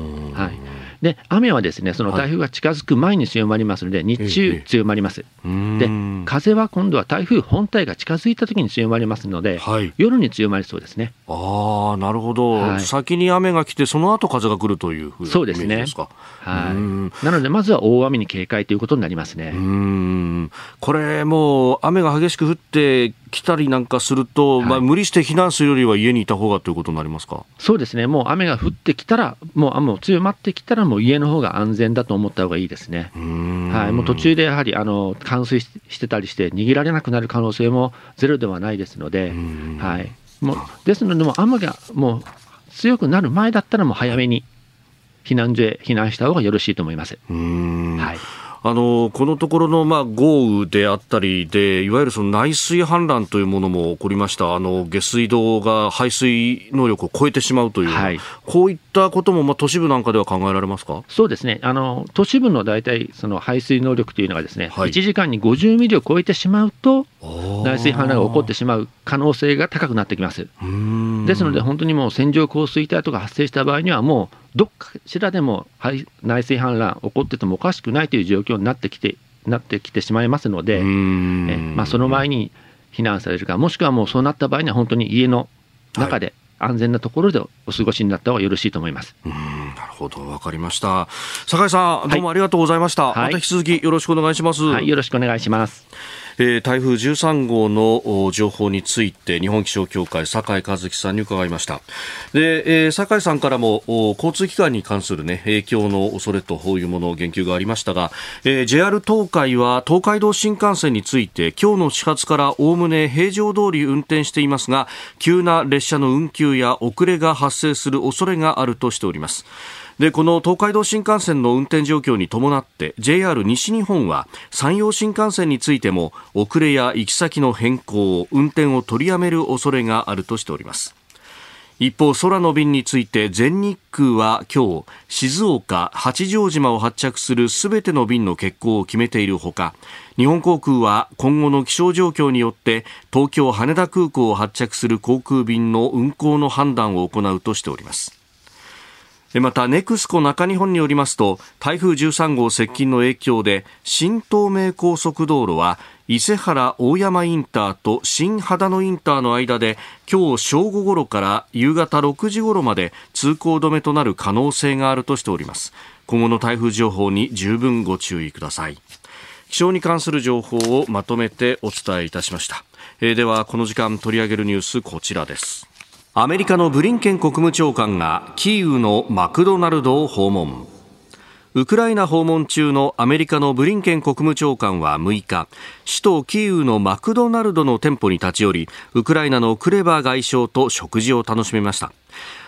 で雨はですね、その台風が近づく前に強まりますので、はい、日中強まります。ええ、で風は今度は台風本体が近づいた時に強まりますので、はい、夜に強まりそうですね。 ああ、なるほど、はい、先に雨が来てその後風が来るというふうなイメージですか。そうですね。 はい、なのでまずは大雨に警戒ということになりますね。 うーんこれもう雨が激しく降ってきたりなんかすると、はい、まあ、無理して避難するよりは家にいた方がということになりますか。 そうですね、もう雨が降ってきたらもう雨も強まってきたらもう家の方が安全だと思った方がいいですね。うーん、はい、もう途中でやはりあの冠水してたりして逃げられなくなる可能性もゼロではないですので、はい、もうですのでもう雨がもう強くなる前だったらもう早めに避難所へ避難した方がよろしいと思います。 うーん、はい、あのこのところの、まあ、豪雨であったりでいわゆるその内水氾濫というものも起こりました。あの下水道が排水能力を超えてしまうという、はい、こういったことも、まあ、都市部なんかでは考えられますか。 そうですね、あの都市部の大体その排水能力というのがですね、はい、いちじかんにごじゅうミリを超えてしまうと内水氾濫が起こってしまう可能性が高くなってきます。うーん、ですので本当にもう線状降水帯とか発生した場合にはもうどっかしらでも内水氾濫起こっててもおかしくないという状況になってきて、なってきてしまいますので、え、まあ、その前に避難されるか、もしくはもうそうなった場合には本当に家の中で安全なところでお過ごしになった方がよろしいと思います。 うーん、なるほど、わかりました。酒井さん、どうもありがとうございました。はい、また引き続きよろしくお願いします。 はい、よろしくお願いします。 えー、台風じゅうさん号の情報について日本気象協会酒井和樹さんに伺いました。で、えー、酒井さんからも交通機関に関する、ね、影響の恐れというもの言及がありましたが、えー、ジェイアール 東海は東海道新幹線について今日の始発からおおむね平常通り運転していますが、急な列車の運休や遅れが発生する恐れがあるとしております。でこの東海道新幹線の運転状況に伴って ジェイアール 西日本は山陽新幹線についても遅れや行き先の変更、運転を取りやめる恐れがあるとしております。一方、空の便について全日空は今日静岡、八丈島を発着するすべての便の欠航を決めているほか、日本航空は今後の気象状況によって東京羽田空港を発着する航空便の運航の判断を行うとしております。またネクスコ中日本によりますと、台風じゅうさん号接近の影響で新東名高速道路は伊勢原大山インターと新秦野インターの間で今日正午ごろから夕方ろくじごろまで通行止めとなる可能性があるとしております。今後の台風情報に十分ご注意ください。気象に関する情報をまとめてお伝えいたしました。えー、ではこの時間取り上げるニュース、こちらです。アメリカのブリンケン国務長官がキーウのマクドナルドを訪問。ウクライナ訪問中のアメリカのブリンケン国務長官はむいか、首都キーウのマクドナルドの店舗に立ち寄り、ウクライナのクレバ外相と食事を楽しみました。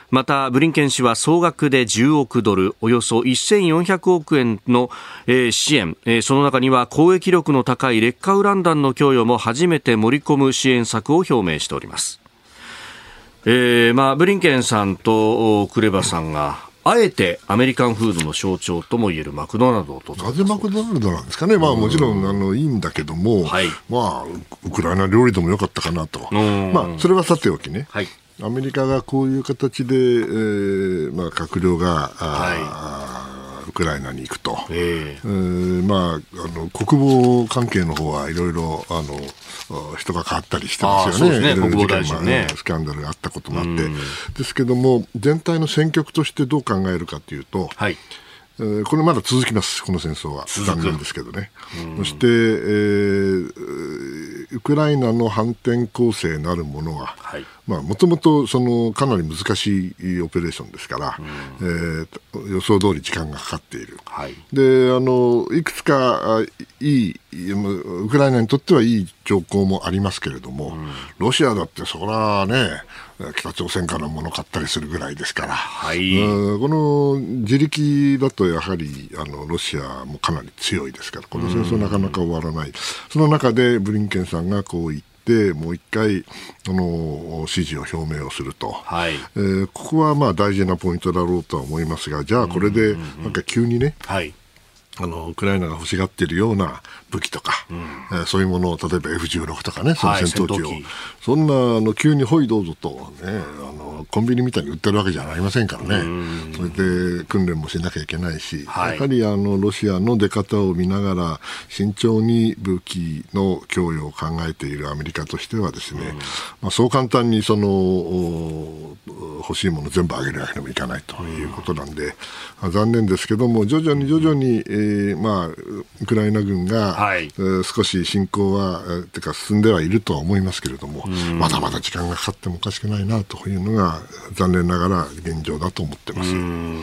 またブリンケン氏は総額でじゅうおくドル、およそせんよんひゃくおくえんの、えー、支援、えー、その中には攻撃力の高い劣化ウラン弾の供与も初めて盛り込む支援策を表明しております。えーまあ、ブリンケンさんとクレバさんがあえてアメリカンフードの象徴ともいえるマクドナルドをとなぜマクドナルドなんですかね、まあ、もちろんあのいいんだけども、はい、まあ、ウクライナ料理でもよかったかなと、まあ、それはさておきね、はい、アメリカがこういう形で、えーまあ、閣僚が、はい、ウクライナに行くと、えーえーまあ、あの国防関係の方はいろいろあの人が変わったりしてますよね、国防大臣ね、スキャンダルがあったこともあって、ですけども、全体の戦局としてどう考えるかというと、はい、えー、これまだ続きます、この戦争は、残念ですけどね、そして、えー、ウクライナの反転攻勢なるものは、もともとかなり難しいオペレーションですから、えー、予想通り時間がかかっている、はい、であのいくつかいいウクライナにとってはいい兆候もありますけれども、うん、ロシアだってそりゃね、北朝鮮から物買ったりするぐらいですから、はい、この自力だとやはりあのロシアもかなり強いですから、この戦争なかなか終わらない、うん、その中でブリンケンさんがこう言ってでもう一回あの支持を表明をすると、はい、えー、ここはまあ大事なポイントだろうとは思いますが、じゃあこれでなんか急にね、はい、あのウクライナが欲しがっているような武器とか、うん、えー、そういうものを例えば エフじゅうろく とかね、その戦闘機を、はい、そんなあの急にほいどうぞと、ね、あのコンビニみたいに売ってるわけじゃありませんからね、それで訓練もしなきゃいけないし、はい、やはりあのロシアの出方を見ながら慎重に武器の供与を考えているアメリカとしてはですね、まあ、そう簡単にその欲しいもの全部あげるわけにもいかないということなんで、まあ、残念ですけども、徐々に徐々に、えーまあ、ウクライナ軍が、はい、えー、少し侵攻は、えー、てか進んではいるとは思いますけれども、まだまだ時間がかかってもおかしくないなというのが残念ながら現状だと思ってます。うん、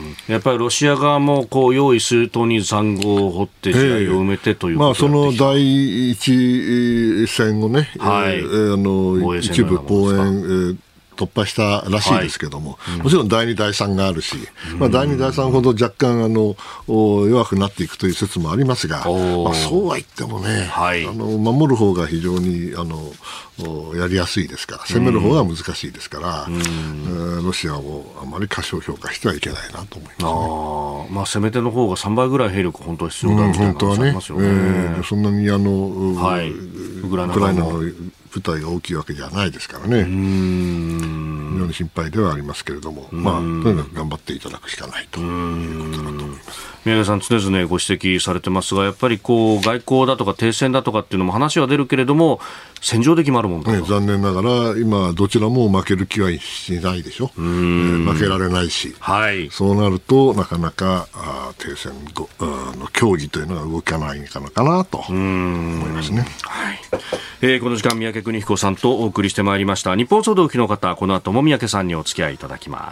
やっぱりロシア側もこう用意周到に塹壕を掘って地雷を埋めてということ、えーまあ、 その第一線をね、はい、えー、あの一部公園、えー突破したらしいですけども、はい、うん、もちろんだいに、だいさんがあるし、まあ、だいに、だいさんほど若干あの弱くなっていくという説もありますが、まあ、そうは言ってもね、はい、あの守る方が非常にあのやりやすいですから、攻める方が難しいですから、うん、えー、ロシアをあまり過小評価してはいけないなと思いますね。 あ、まあ、攻め手の方がさんばいぐらい兵力本当は必要だみたいな話ありますよね。うん、本当はね、えー、そんなにあの、はい、ウクライナの部隊が大きいわけじゃないですからね。うーん、非常に心配ではありますけれども、まあ、とにかく頑張っていただくしかないということだと思います。 宮根さん、常々ご指摘されてますが、やっぱりこう外交だとか停戦だとかっていうのも話は出るけれども、戦場で決まるもんだと、 ね、残念ながら今どちらも負ける気はしないでしょ。うーん、えー、負けられないし、はい、そうなるとなかなかあ停戦後あの協議というのが動かないかなかなと思いますね。 はい、えー、この時間三宅邦彦さんとお送りしてまいりました。日本総動機の方、この後も三宅さんにお付き合いいただきます。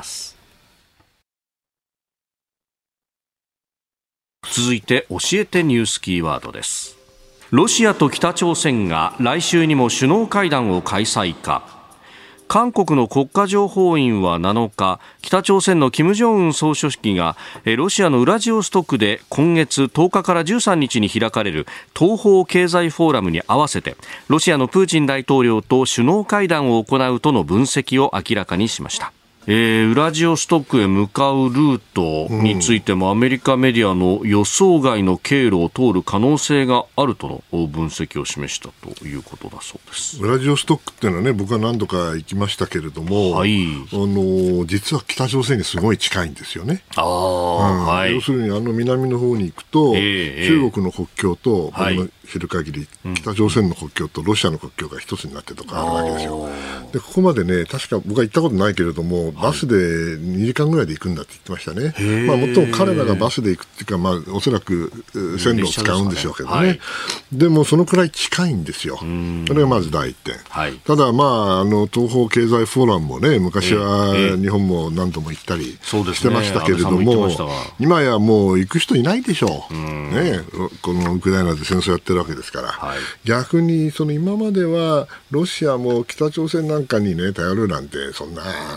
続いて教えてニュースキーワードです。ロシアと北朝鮮が来週にも首脳会談を開催か。韓国の国家情報院はなのか、北朝鮮の金正恩総書記がロシアのウラジオストクで今月とおかからじゅうさんにちに開かれる東方経済フォーラムに合わせてロシアのプーチン大統領と首脳会談を行うとの分析を明らかにしました。えー、ウラジオストクへ向かうルートについてもアメリカメディアの予想外の経路を通る可能性があるとの分析を示したということだそうです。 ウラジオストクっていうのはね、僕は何度か行きましたけれども、はい、あの実は北朝鮮にすごい近いんですよね。あ、うん、はい、要するにあの南の方に行くと、えー、中国の国境と、はい、知る限り北朝鮮の国境とロシアの国境が一つになってとかあるわけですよ。でここまでね、確か僕は行ったことないけれども、バスでにじかんぐらいで行くんだって言ってましたね。まあ、もっとも彼らがバスで行くっていうか、まあ、おそらく線路を使うんでしょうけどね、はい、でもそのくらい近いんですよ。それがまず第一点、はい、ただ、まあ、あの東方経済フォーラムもね、昔は日本も何度も行ったりしてましたけれども、えーえー、今やもう行く人いないでしょう、ね、このウクライナで戦争やってるわけですから、はい、逆にその今まではロシアも北朝鮮なんかに、ね、頼るなんてそんなつっ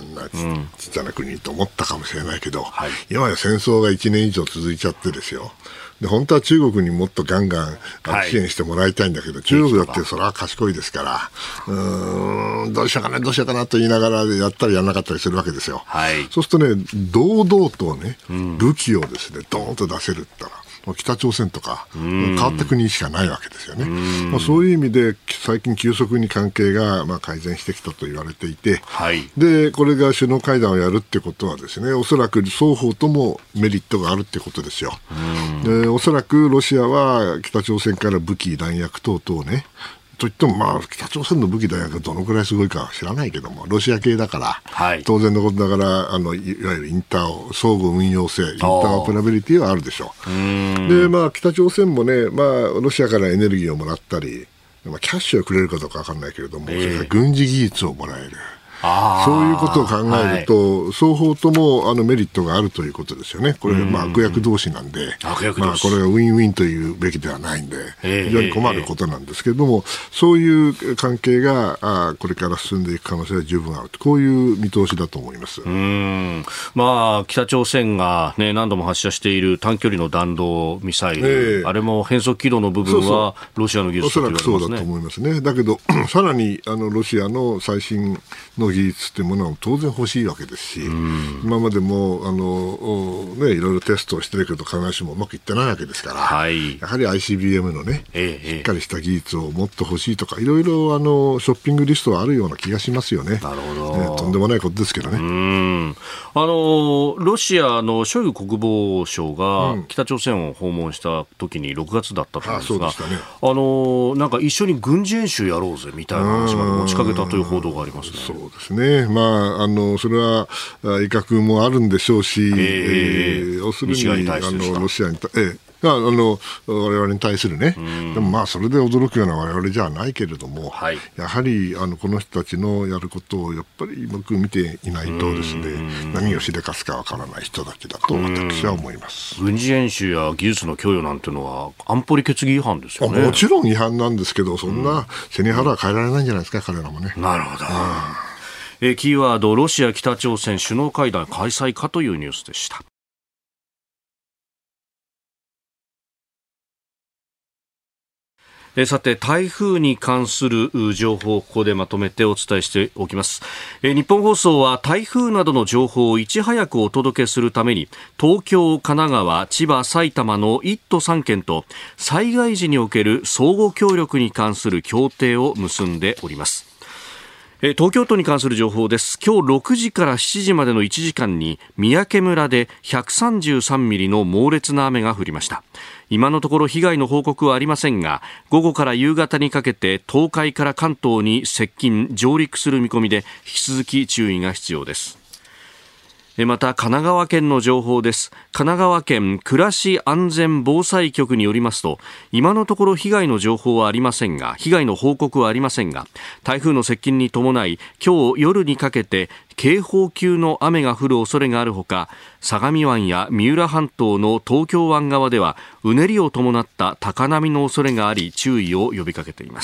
ん、ちっちゃな国と思ったかもしれないけど、はい、今や戦争がいちねん以上続いちゃってですよ。で本当は中国にもっとガンガン支援してもらいたいんだけど、はい、中国だってそれは賢いですから、うーんどうしようかなどうしようかなと言いながらやったりやらなかったりするわけですよ、はい、そうするとね堂々とね、うん、武器をですねドーンと出せるって言ったら北朝鮮とか変わった国しかないわけですよね。まあ、そういう意味で最近急速に関係がまあ改善してきたと言われていて、はい、でこれが首脳会談をやるってことはですねおそらく双方ともメリットがあるってことですよ。でおそらくロシアは北朝鮮から武器弾薬等々ねといっても、まあ、北朝鮮の武器弾薬がどのくらいすごいかは知らないけどもロシア系だから、はい、当然のことだからあのいわゆるインターを相互運用性インターオペラビリティはあるでしょう。で、まあ、北朝鮮もね、まあ、ロシアからエネルギーをもらったり、まあ、キャッシュをくれるかどうか分かんないけれども、えー、それから軍事技術をもらえるそういうことを考えると、はい、双方ともあのメリットがあるということですよね。これ、まあ、悪役同士なんで、まあ、これがウィンウィンというべきではないんで、非常に困ることなんですけれども、そういう関係があこれから進んでいく可能性は十分あると、こういう見通しだと思います。 うーん、まあ、北朝鮮が、ね、何度も発射している短距離の弾道ミサイル、えー、あれも変速軌道の部分はロシアの技術と言われますね。 おそらくそうだと思いますね。だけどさらにあのロシアの最新の技術というものは当然欲しいわけですし、今までもあの、ね、いろいろテストをしてるけど必ずしもうまくいってないわけですから、はい、やはり アイシービーエム の、ねええ、しっかりした技術をもっと欲しいとかいろいろあのショッピングリストはあるような気がしますよね。なるほど、ね、とんでもないことですけどね。 うんあのロシアのショイグ国防相が北朝鮮を訪問した時にろくがつだったと思うんですが、ああ、そうでしたね、あのなんか一緒に軍事演習やろうぜみたいな話まで持ちかけたという報道がありますね。 そうですね、まあ、あのそれは威嚇もあるんでしょうし、えーえー、要するにあのロシアにた、えーあの我々に対するね、でもまあそれで驚くような我々じゃないけれども、はい、やはりあのこの人たちのやることをやっぱりよく見ていないとですね、何をしでかすかわからない人たちだと私は思います。 軍事演習や技術の供与なんていうのは安保理決議違反ですよね。 もちろん違反なんですけど、そんな背に腹は変えられないんじゃないですか、彼らもね。 なるほど。えー、キーワードロシア北朝鮮首脳会談開催かというニュースでした。えさて台風に関する情報をここでまとめてお伝えしておきます。え日本放送は台風などの情報をいち早くお届けするために東京、神奈川、千葉、埼玉のいっ都さん県と災害時における相互協力に関する協定を結んでおります。東京都に関する情報です。今日ろくじからしちじまでのいちじかんに三宅村でひゃくさんじゅうさんミリの猛烈な雨が降りました。今のところ被害の報告はありませんが、午後から夕方にかけて東海から関東に接近上陸する見込みで引き続き注意が必要です。また神奈川県の情報です。神奈川県暮らし安全防災局によりますと、今のところ被害の情報はありませんが、被害の報告はありませんが、台風の接近に伴い今日夜にかけて警報級の雨が降る恐れがあるほか、相模湾や三浦半島の東京湾側ではうねりを伴った高波の恐れがあり注意を呼びかけています。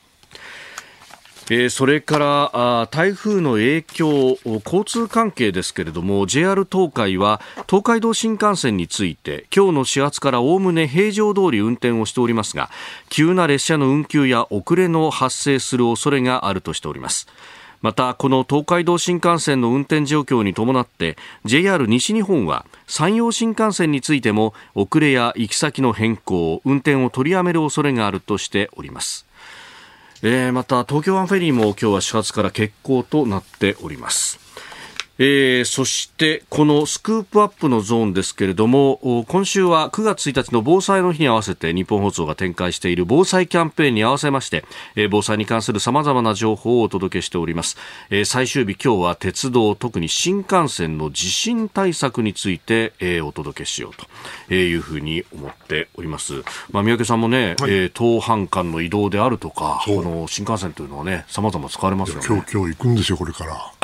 えー、それからあ台風の影響交通関係ですけれども ジェイアール 東海は東海道新幹線について今日の始発からおおむね平常通り運転をしておりますが、急な列車の運休や遅れの発生する恐れがあるとしております。またこの東海道新幹線の運転状況に伴って ジェイアール 西日本は山陽新幹線についても遅れや行き先の変更、運転を取りやめる恐れがあるとしております。えー、また東京湾フェリーも今日は始発から欠航となっております。えー、そしてこのスクープアップのゾーンですけれども、今週はくがつついたちの防災の日に合わせて日本放送が展開している防災キャンペーンに合わせまして、えー、防災に関する様々な情報をお届けしております。えー、最終日今日は鉄道、特に新幹線の地震対策について、えー、お届けしようというふうに思っております。まあ、三宅さんもね、はい、えー、当半間の移動であるとかこの新幹線というのはね様々使われますよね。 今日、今日行くんですよこれから。 え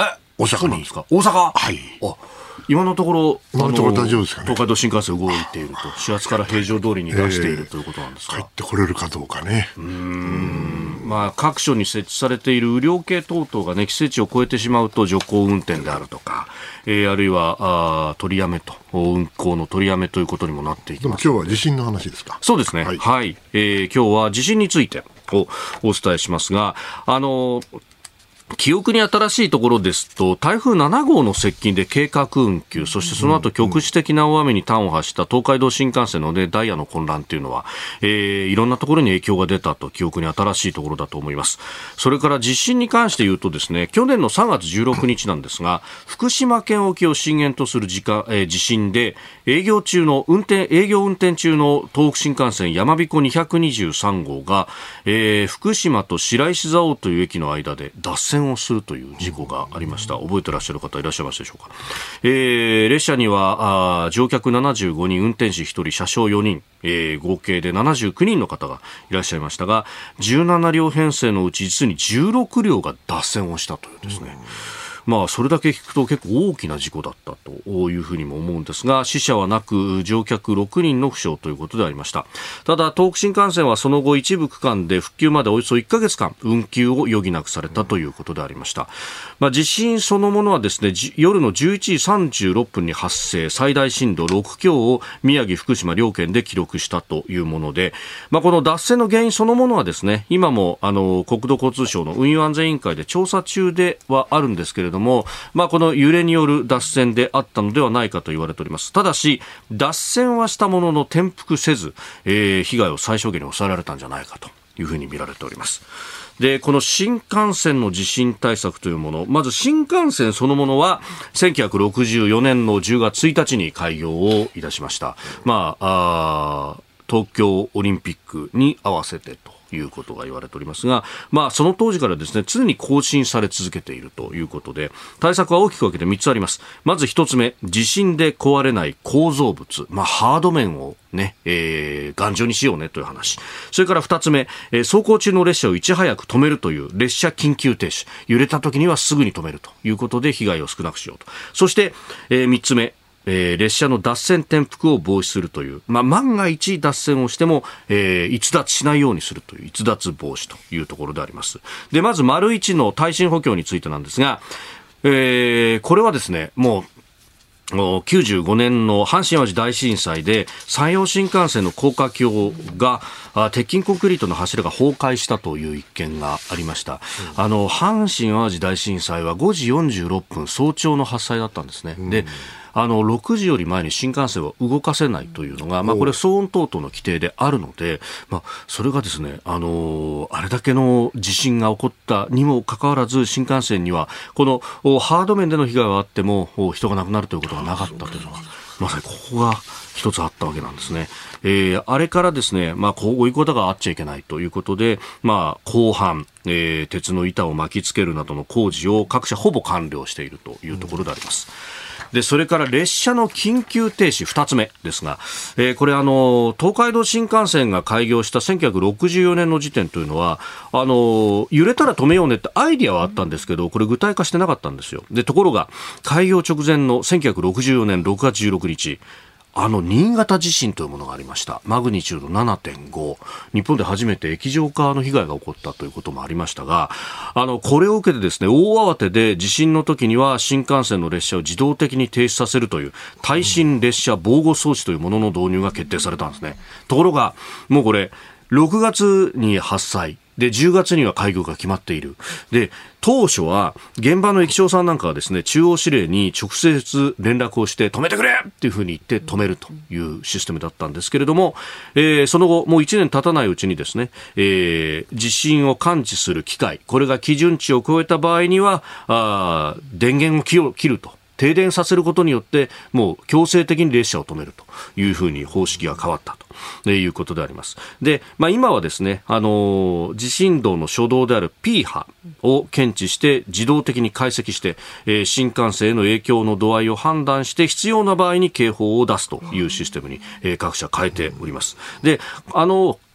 大阪に。 ですか。大阪。 はい。 あ、今のところ、 今のところ大丈夫ですかね。 東海道新幹線動いていると、始発から平常通りに出しているということなんですか。 えー、帰ってこれるかどうかね。 うーん、まあ、各所に設置されている雨量計等々が、ね、規制値を超えてしまうと徐行運転であるとか、えー、あるいはあ取りやめと、運行の取りやめということにもなっていきます。 でも今日は地震の話ですか。 そうですね。はい、はい、えー、今日は地震についてをお伝えしますが、あの記憶に新しいところですと、台風なな号の接近で計画運休、そしてその後局地的な大雨に端を発した東海道新幹線の、ね、ダイヤの混乱というのは、えー、いろんなところに影響が出たと、記憶に新しいところだと思います。それから地震に関して言うとですね、去年のさんがつじゅうろくにちなんですが、福島県沖を震源とする時間、えー、地震で営業中の運転営業運転中の東北新幹線やまびこにひゃくにじゅうさん号が、えー、福島と白石蔵王という駅の間で脱線をするという事故がありました。覚えてらっしゃる方いらっしゃいますでしょうか。えー、列車にはあ乗客ななじゅうごにん、運転士ひとり、車掌よにん、えー、合計でななじゅうきゅうにんの方がいらっしゃいましたが、じゅうななりょう編成のうち実にじゅうろくりょうが脱線をしたというですね、まあ、それだけ聞くと結構大きな事故だったというふうにも思うんですが、死者はなく乗客ろくにんの負傷ということでありました。ただ東北新幹線はその後一部区間で復旧までおよそいっかげつかん運休を余儀なくされたということでありました。まあ、地震そのものはですね、夜のじゅういちじさんじゅうろっぷんに発生、最大震度ろくきょうを宮城福島両県で記録したというもので、まあ、この脱線の原因そのものはですね、今もあの国土交通省の運輸安全委員会で調査中ではあるんですけれども、まあ、この揺れによる脱線であったのではないかと言われております。ただし脱線はしたものの転覆せず、えー、被害を最小限に抑えられたんじゃないかというふうに見られております。で、この新幹線の地震対策というもの、まず新幹線そのものはせんきゅうひゃくろくじゅうよねんのじゅうがつついたちに開業をいたしました。まあ、あ東京オリンピックに合わせてということが言われておりますが、まあ、その当時からですね、常に更新され続けているということで、対策は大きく分けてみっつあります。まずひとつめ、地震で壊れない構造物、まあ、ハード面をね、えー、頑丈にしようねという話。それからふたつめ、えー、走行中の列車をいち早く止めるという列車緊急停止、揺れた時にはすぐに止めるということで被害を少なくしようと。そして、えー、みっつめ、えー、列車の脱線転覆を防止するという、まあ、万が一脱線をしても、えー、逸脱しないようにするという逸脱防止というところであります。で、まず丸一の耐震補強についてなんですが、えー、これはですね、もうきゅうじゅうごねんの阪神淡路大震災で山陽新幹線の高架橋が鉄筋コンクリートの柱が崩壊したという一件がありました。うん、あの阪神淡路大震災はごじよんじゅうろっぷん早朝の発災だったんですね。うん、であのろくじより前に新幹線は動かせないというのが、まあ、これ騒音等々の規定であるので、まあ、それがですね、あのー、あれだけの地震が起こったにもかかわらず新幹線にはこのハード面での被害はあっても人が亡くなるということがなかったというのがまさにここが一つあったわけなんですね。えー、あれからですね、まあ、こういうことがあっちゃいけないということで、まあ、鋼板、えー、鉄の板を巻きつけるなどの工事を各社ほぼ完了しているというところであります。で、それから列車の緊急停止ふたつめですが、えー、これあの東海道新幹線が開業したせんきゅうひゃくろくじゅうよねんの時点というのはあの揺れたら止めようねってアイディアはあったんですけど、これ具体化してなかったんですよ。で、ところが開業直前のせんきゅうひゃくろくじゅうよねんろくがつじゅうろくにち、あの新潟地震というものがありました。マグニチュード ななてんご、日本で初めて液状化の被害が起こったということもありましたが、あのこれを受けてですね、大慌てで地震の時には新幹線の列車を自動的に停止させるという耐震列車防護装置というものの導入が決定されたんですね。ところがもうこれろくがつに発災でじゅうがつには開業が決まっている。で、当初は現場の駅長さんなんかはですね、中央指令に直接連絡をして止めてくれっていうふうに言って止めるというシステムだったんですけれども、えー、その後もういちねん経たないうちにですね、えー、地震を感知する機械、これが基準値を超えた場合にはあ電源を切ると。停電させることによってもう強制的に列車を止めるというふうに方式が変わったということであります。で、まあ、今はですね、あのー、地震動の初動である P 波を検知して自動的に解析して、えー、新幹線への影響の度合いを判断して必要な場合に警報を出すというシステムに、えー、各社変えております。で、あのー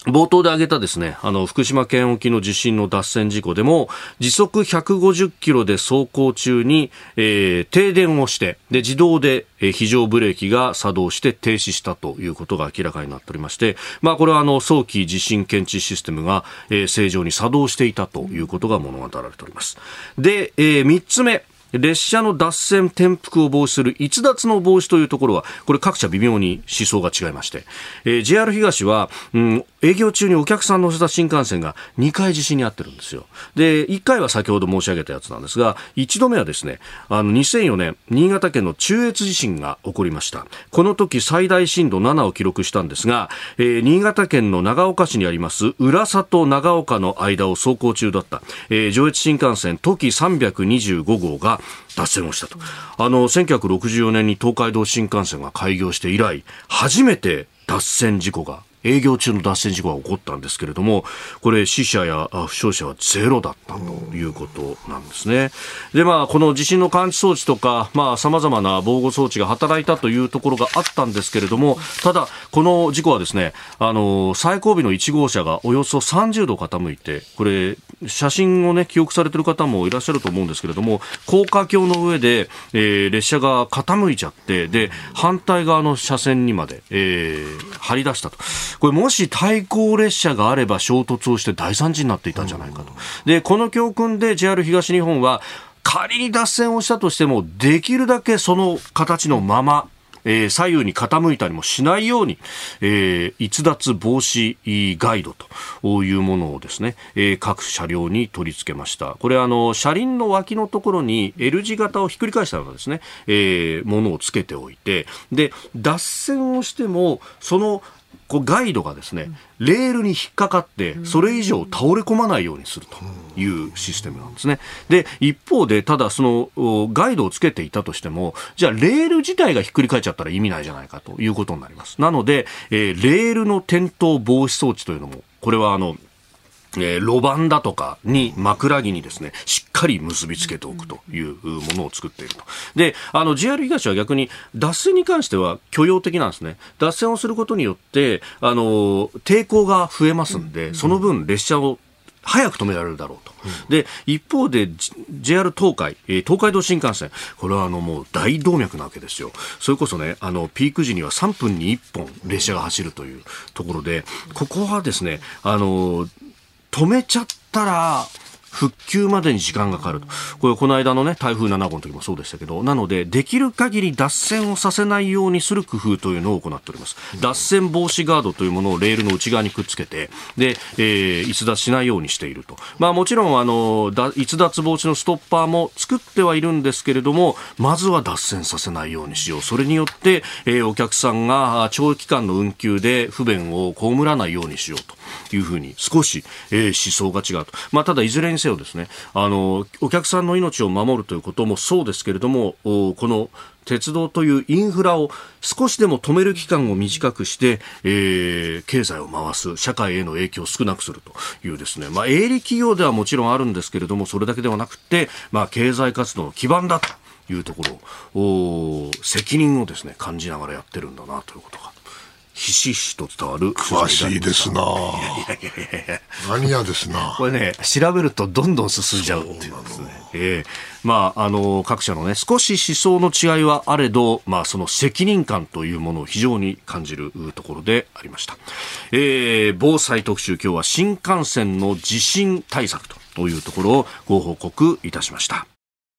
冒頭で挙げたですね、あの福島県沖の地震の脱線事故でも時速ひゃくごじゅっキロで走行中に、えー、停電をしてで自動で、えー、非常ブレーキが作動して停止したということが明らかになっておりまして、まあ、これはあの早期地震検知システムが、えー、正常に作動していたということが物語られております。で、えー、みっつめ、列車の脱線転覆を防止する逸脱の防止というところはこれ各社微妙に思想が違いまして、えー、ジェイアール 東は、うん、営業中にお客さん乗せた新幹線がにかい地震に遭ってるんですよ。でいっかいは先ほど申し上げたやつなんですが、いちどめはですね、あのにせんよねん新潟県の中越地震が起こりました。この時最大震度ななを記録したんですが、えー、新潟県の長岡市にあります浦里長岡の間を走行中だった、えー、上越新幹線トキさんびゃくにじゅうごごうが脱線をしたと。あのせんきゅうひゃくろくじゅうよねんに東海道新幹線が開業して以来初めて脱線事故が営業中の脱線事故が起こったんですけれども、これ死者や負傷者はゼロだったということなんですね。で、まあこの地震の感知装置とか、まあ様々な防護装置が働いたというところがあったんですけれども、ただこの事故はですね、あの最後尾のいち号車がおよそさんじゅうど傾いて、これ写真をね記憶されている方もいらっしゃると思うんですけれども、高架橋の上で、えー、列車が傾いちゃって、で反対側の車線にまで、えー、張り出したと。これもし対向列車があれば衝突をして大惨事になっていたんじゃないかと。でこの教訓で ジェイアール 東日本は仮に脱線をしたとしてもできるだけその形のまま、えー、左右に傾いたりもしないように、えー、逸脱防止ガイドというものをですね、えー、各車両に取り付けました。これはあの車輪の脇のところに L 字型をひっくり返したようなですね、えー、ものをつけておいて、で脱線をしてもそのこうガイドがですねレールに引っかかってそれ以上倒れ込まないようにするというシステムなんですね。で一方でただそのガイドをつけていたとしても、じゃあレール自体がひっくり返っちゃったら意味ないじゃないかということになります。なので、えー、レールの転倒防止装置というのもこれはあのえー、路盤だとかに枕木にですねしっかり結びつけておくというものを作っていると。であの ジェイアール 東は逆に脱線に関しては許容的なんですね。脱線をすることによってあの抵抗が増えますんで、その分列車を早く止められるだろうと。で一方で ジェイアール 東海、えー、東海道新幹線、これはあのもう大動脈なわけですよ。それこそね、あのピーク時にはさんぷんにいっぽん列車が走るというところで、ここはですねあの止めちゃったら復旧までに時間がかかると。これこの間のね台風ななごうの時もそうでしたけど、なのでできる限り脱線をさせないようにする工夫というのを行っております。脱線防止ガードというものをレールの内側にくっつけて、で、えー、逸脱しないようにしていると。まあもちろんあの逸脱防止のストッパーも作ってはいるんですけれども、まずは脱線させないようにしよう。それによって、えー、お客さんが長期間の運休で不便を被らないようにしようというふうに少し、えー、思想が違うと。まあただいずれにせよですね、あのお客さんの命を守るということもそうですけれども、この鉄道というインフラを少しでも止める期間を短くして、えー、経済を回す、社会への影響を少なくするというですね、まあ、営利企業ではもちろんあるんですけれども、それだけではなくて、まあ、経済活動の基盤だというところを責任をですね感じながらやってるんだなということがひしひしと伝わる。 詳しいですな。いやいやいやマニアですな。 これね調べるとどんどん進んじゃうっていうですね。えー、まああの各社のね少し思想の違いはあれど、まあその責任感というものを非常に感じるところでありました。えー、防災特集、今日は新幹線の地震対策というところをご報告いたしました。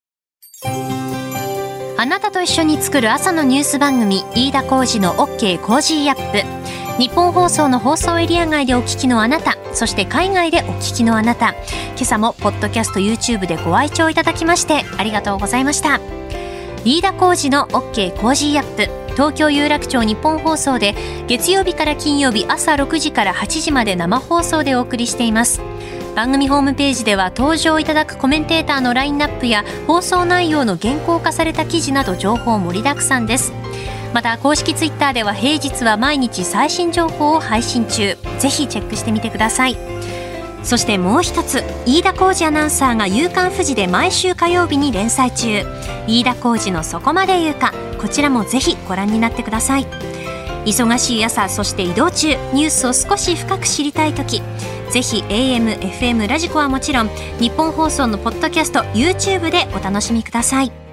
あなたと一緒に作る朝のニュース番組、飯田浩司の OK コージーアップ。日本放送の放送エリア外でお聞きのあなた、そして海外でお聞きのあなた、今朝もポッドキャスト YouTube でご愛聴いただきましてありがとうございました。飯田浩司の OK コージーアップ、東京有楽町日本放送で月曜日から金曜日朝ろくじからはちじまで生放送でお送りしています。番組ホームページでは登場いただくコメンテーターのラインナップや放送内容の原稿化された記事など情報盛りだくさんです。また公式ツイッターでは平日は毎日最新情報を配信中、ぜひチェックしてみてください。そしてもう一つ、飯田浩司アナウンサーが夕刊フジで毎週火曜日に連載中、飯田浩司のそこまで言うか、こちらもぜひご覧になってください。 忙しい朝、そして移動中、ニュースを少し深く知りたいとき、ぜひ エーエム、エフエム ラジコはもちろん、日本放送のポッドキャスト、YouTube でお楽しみください。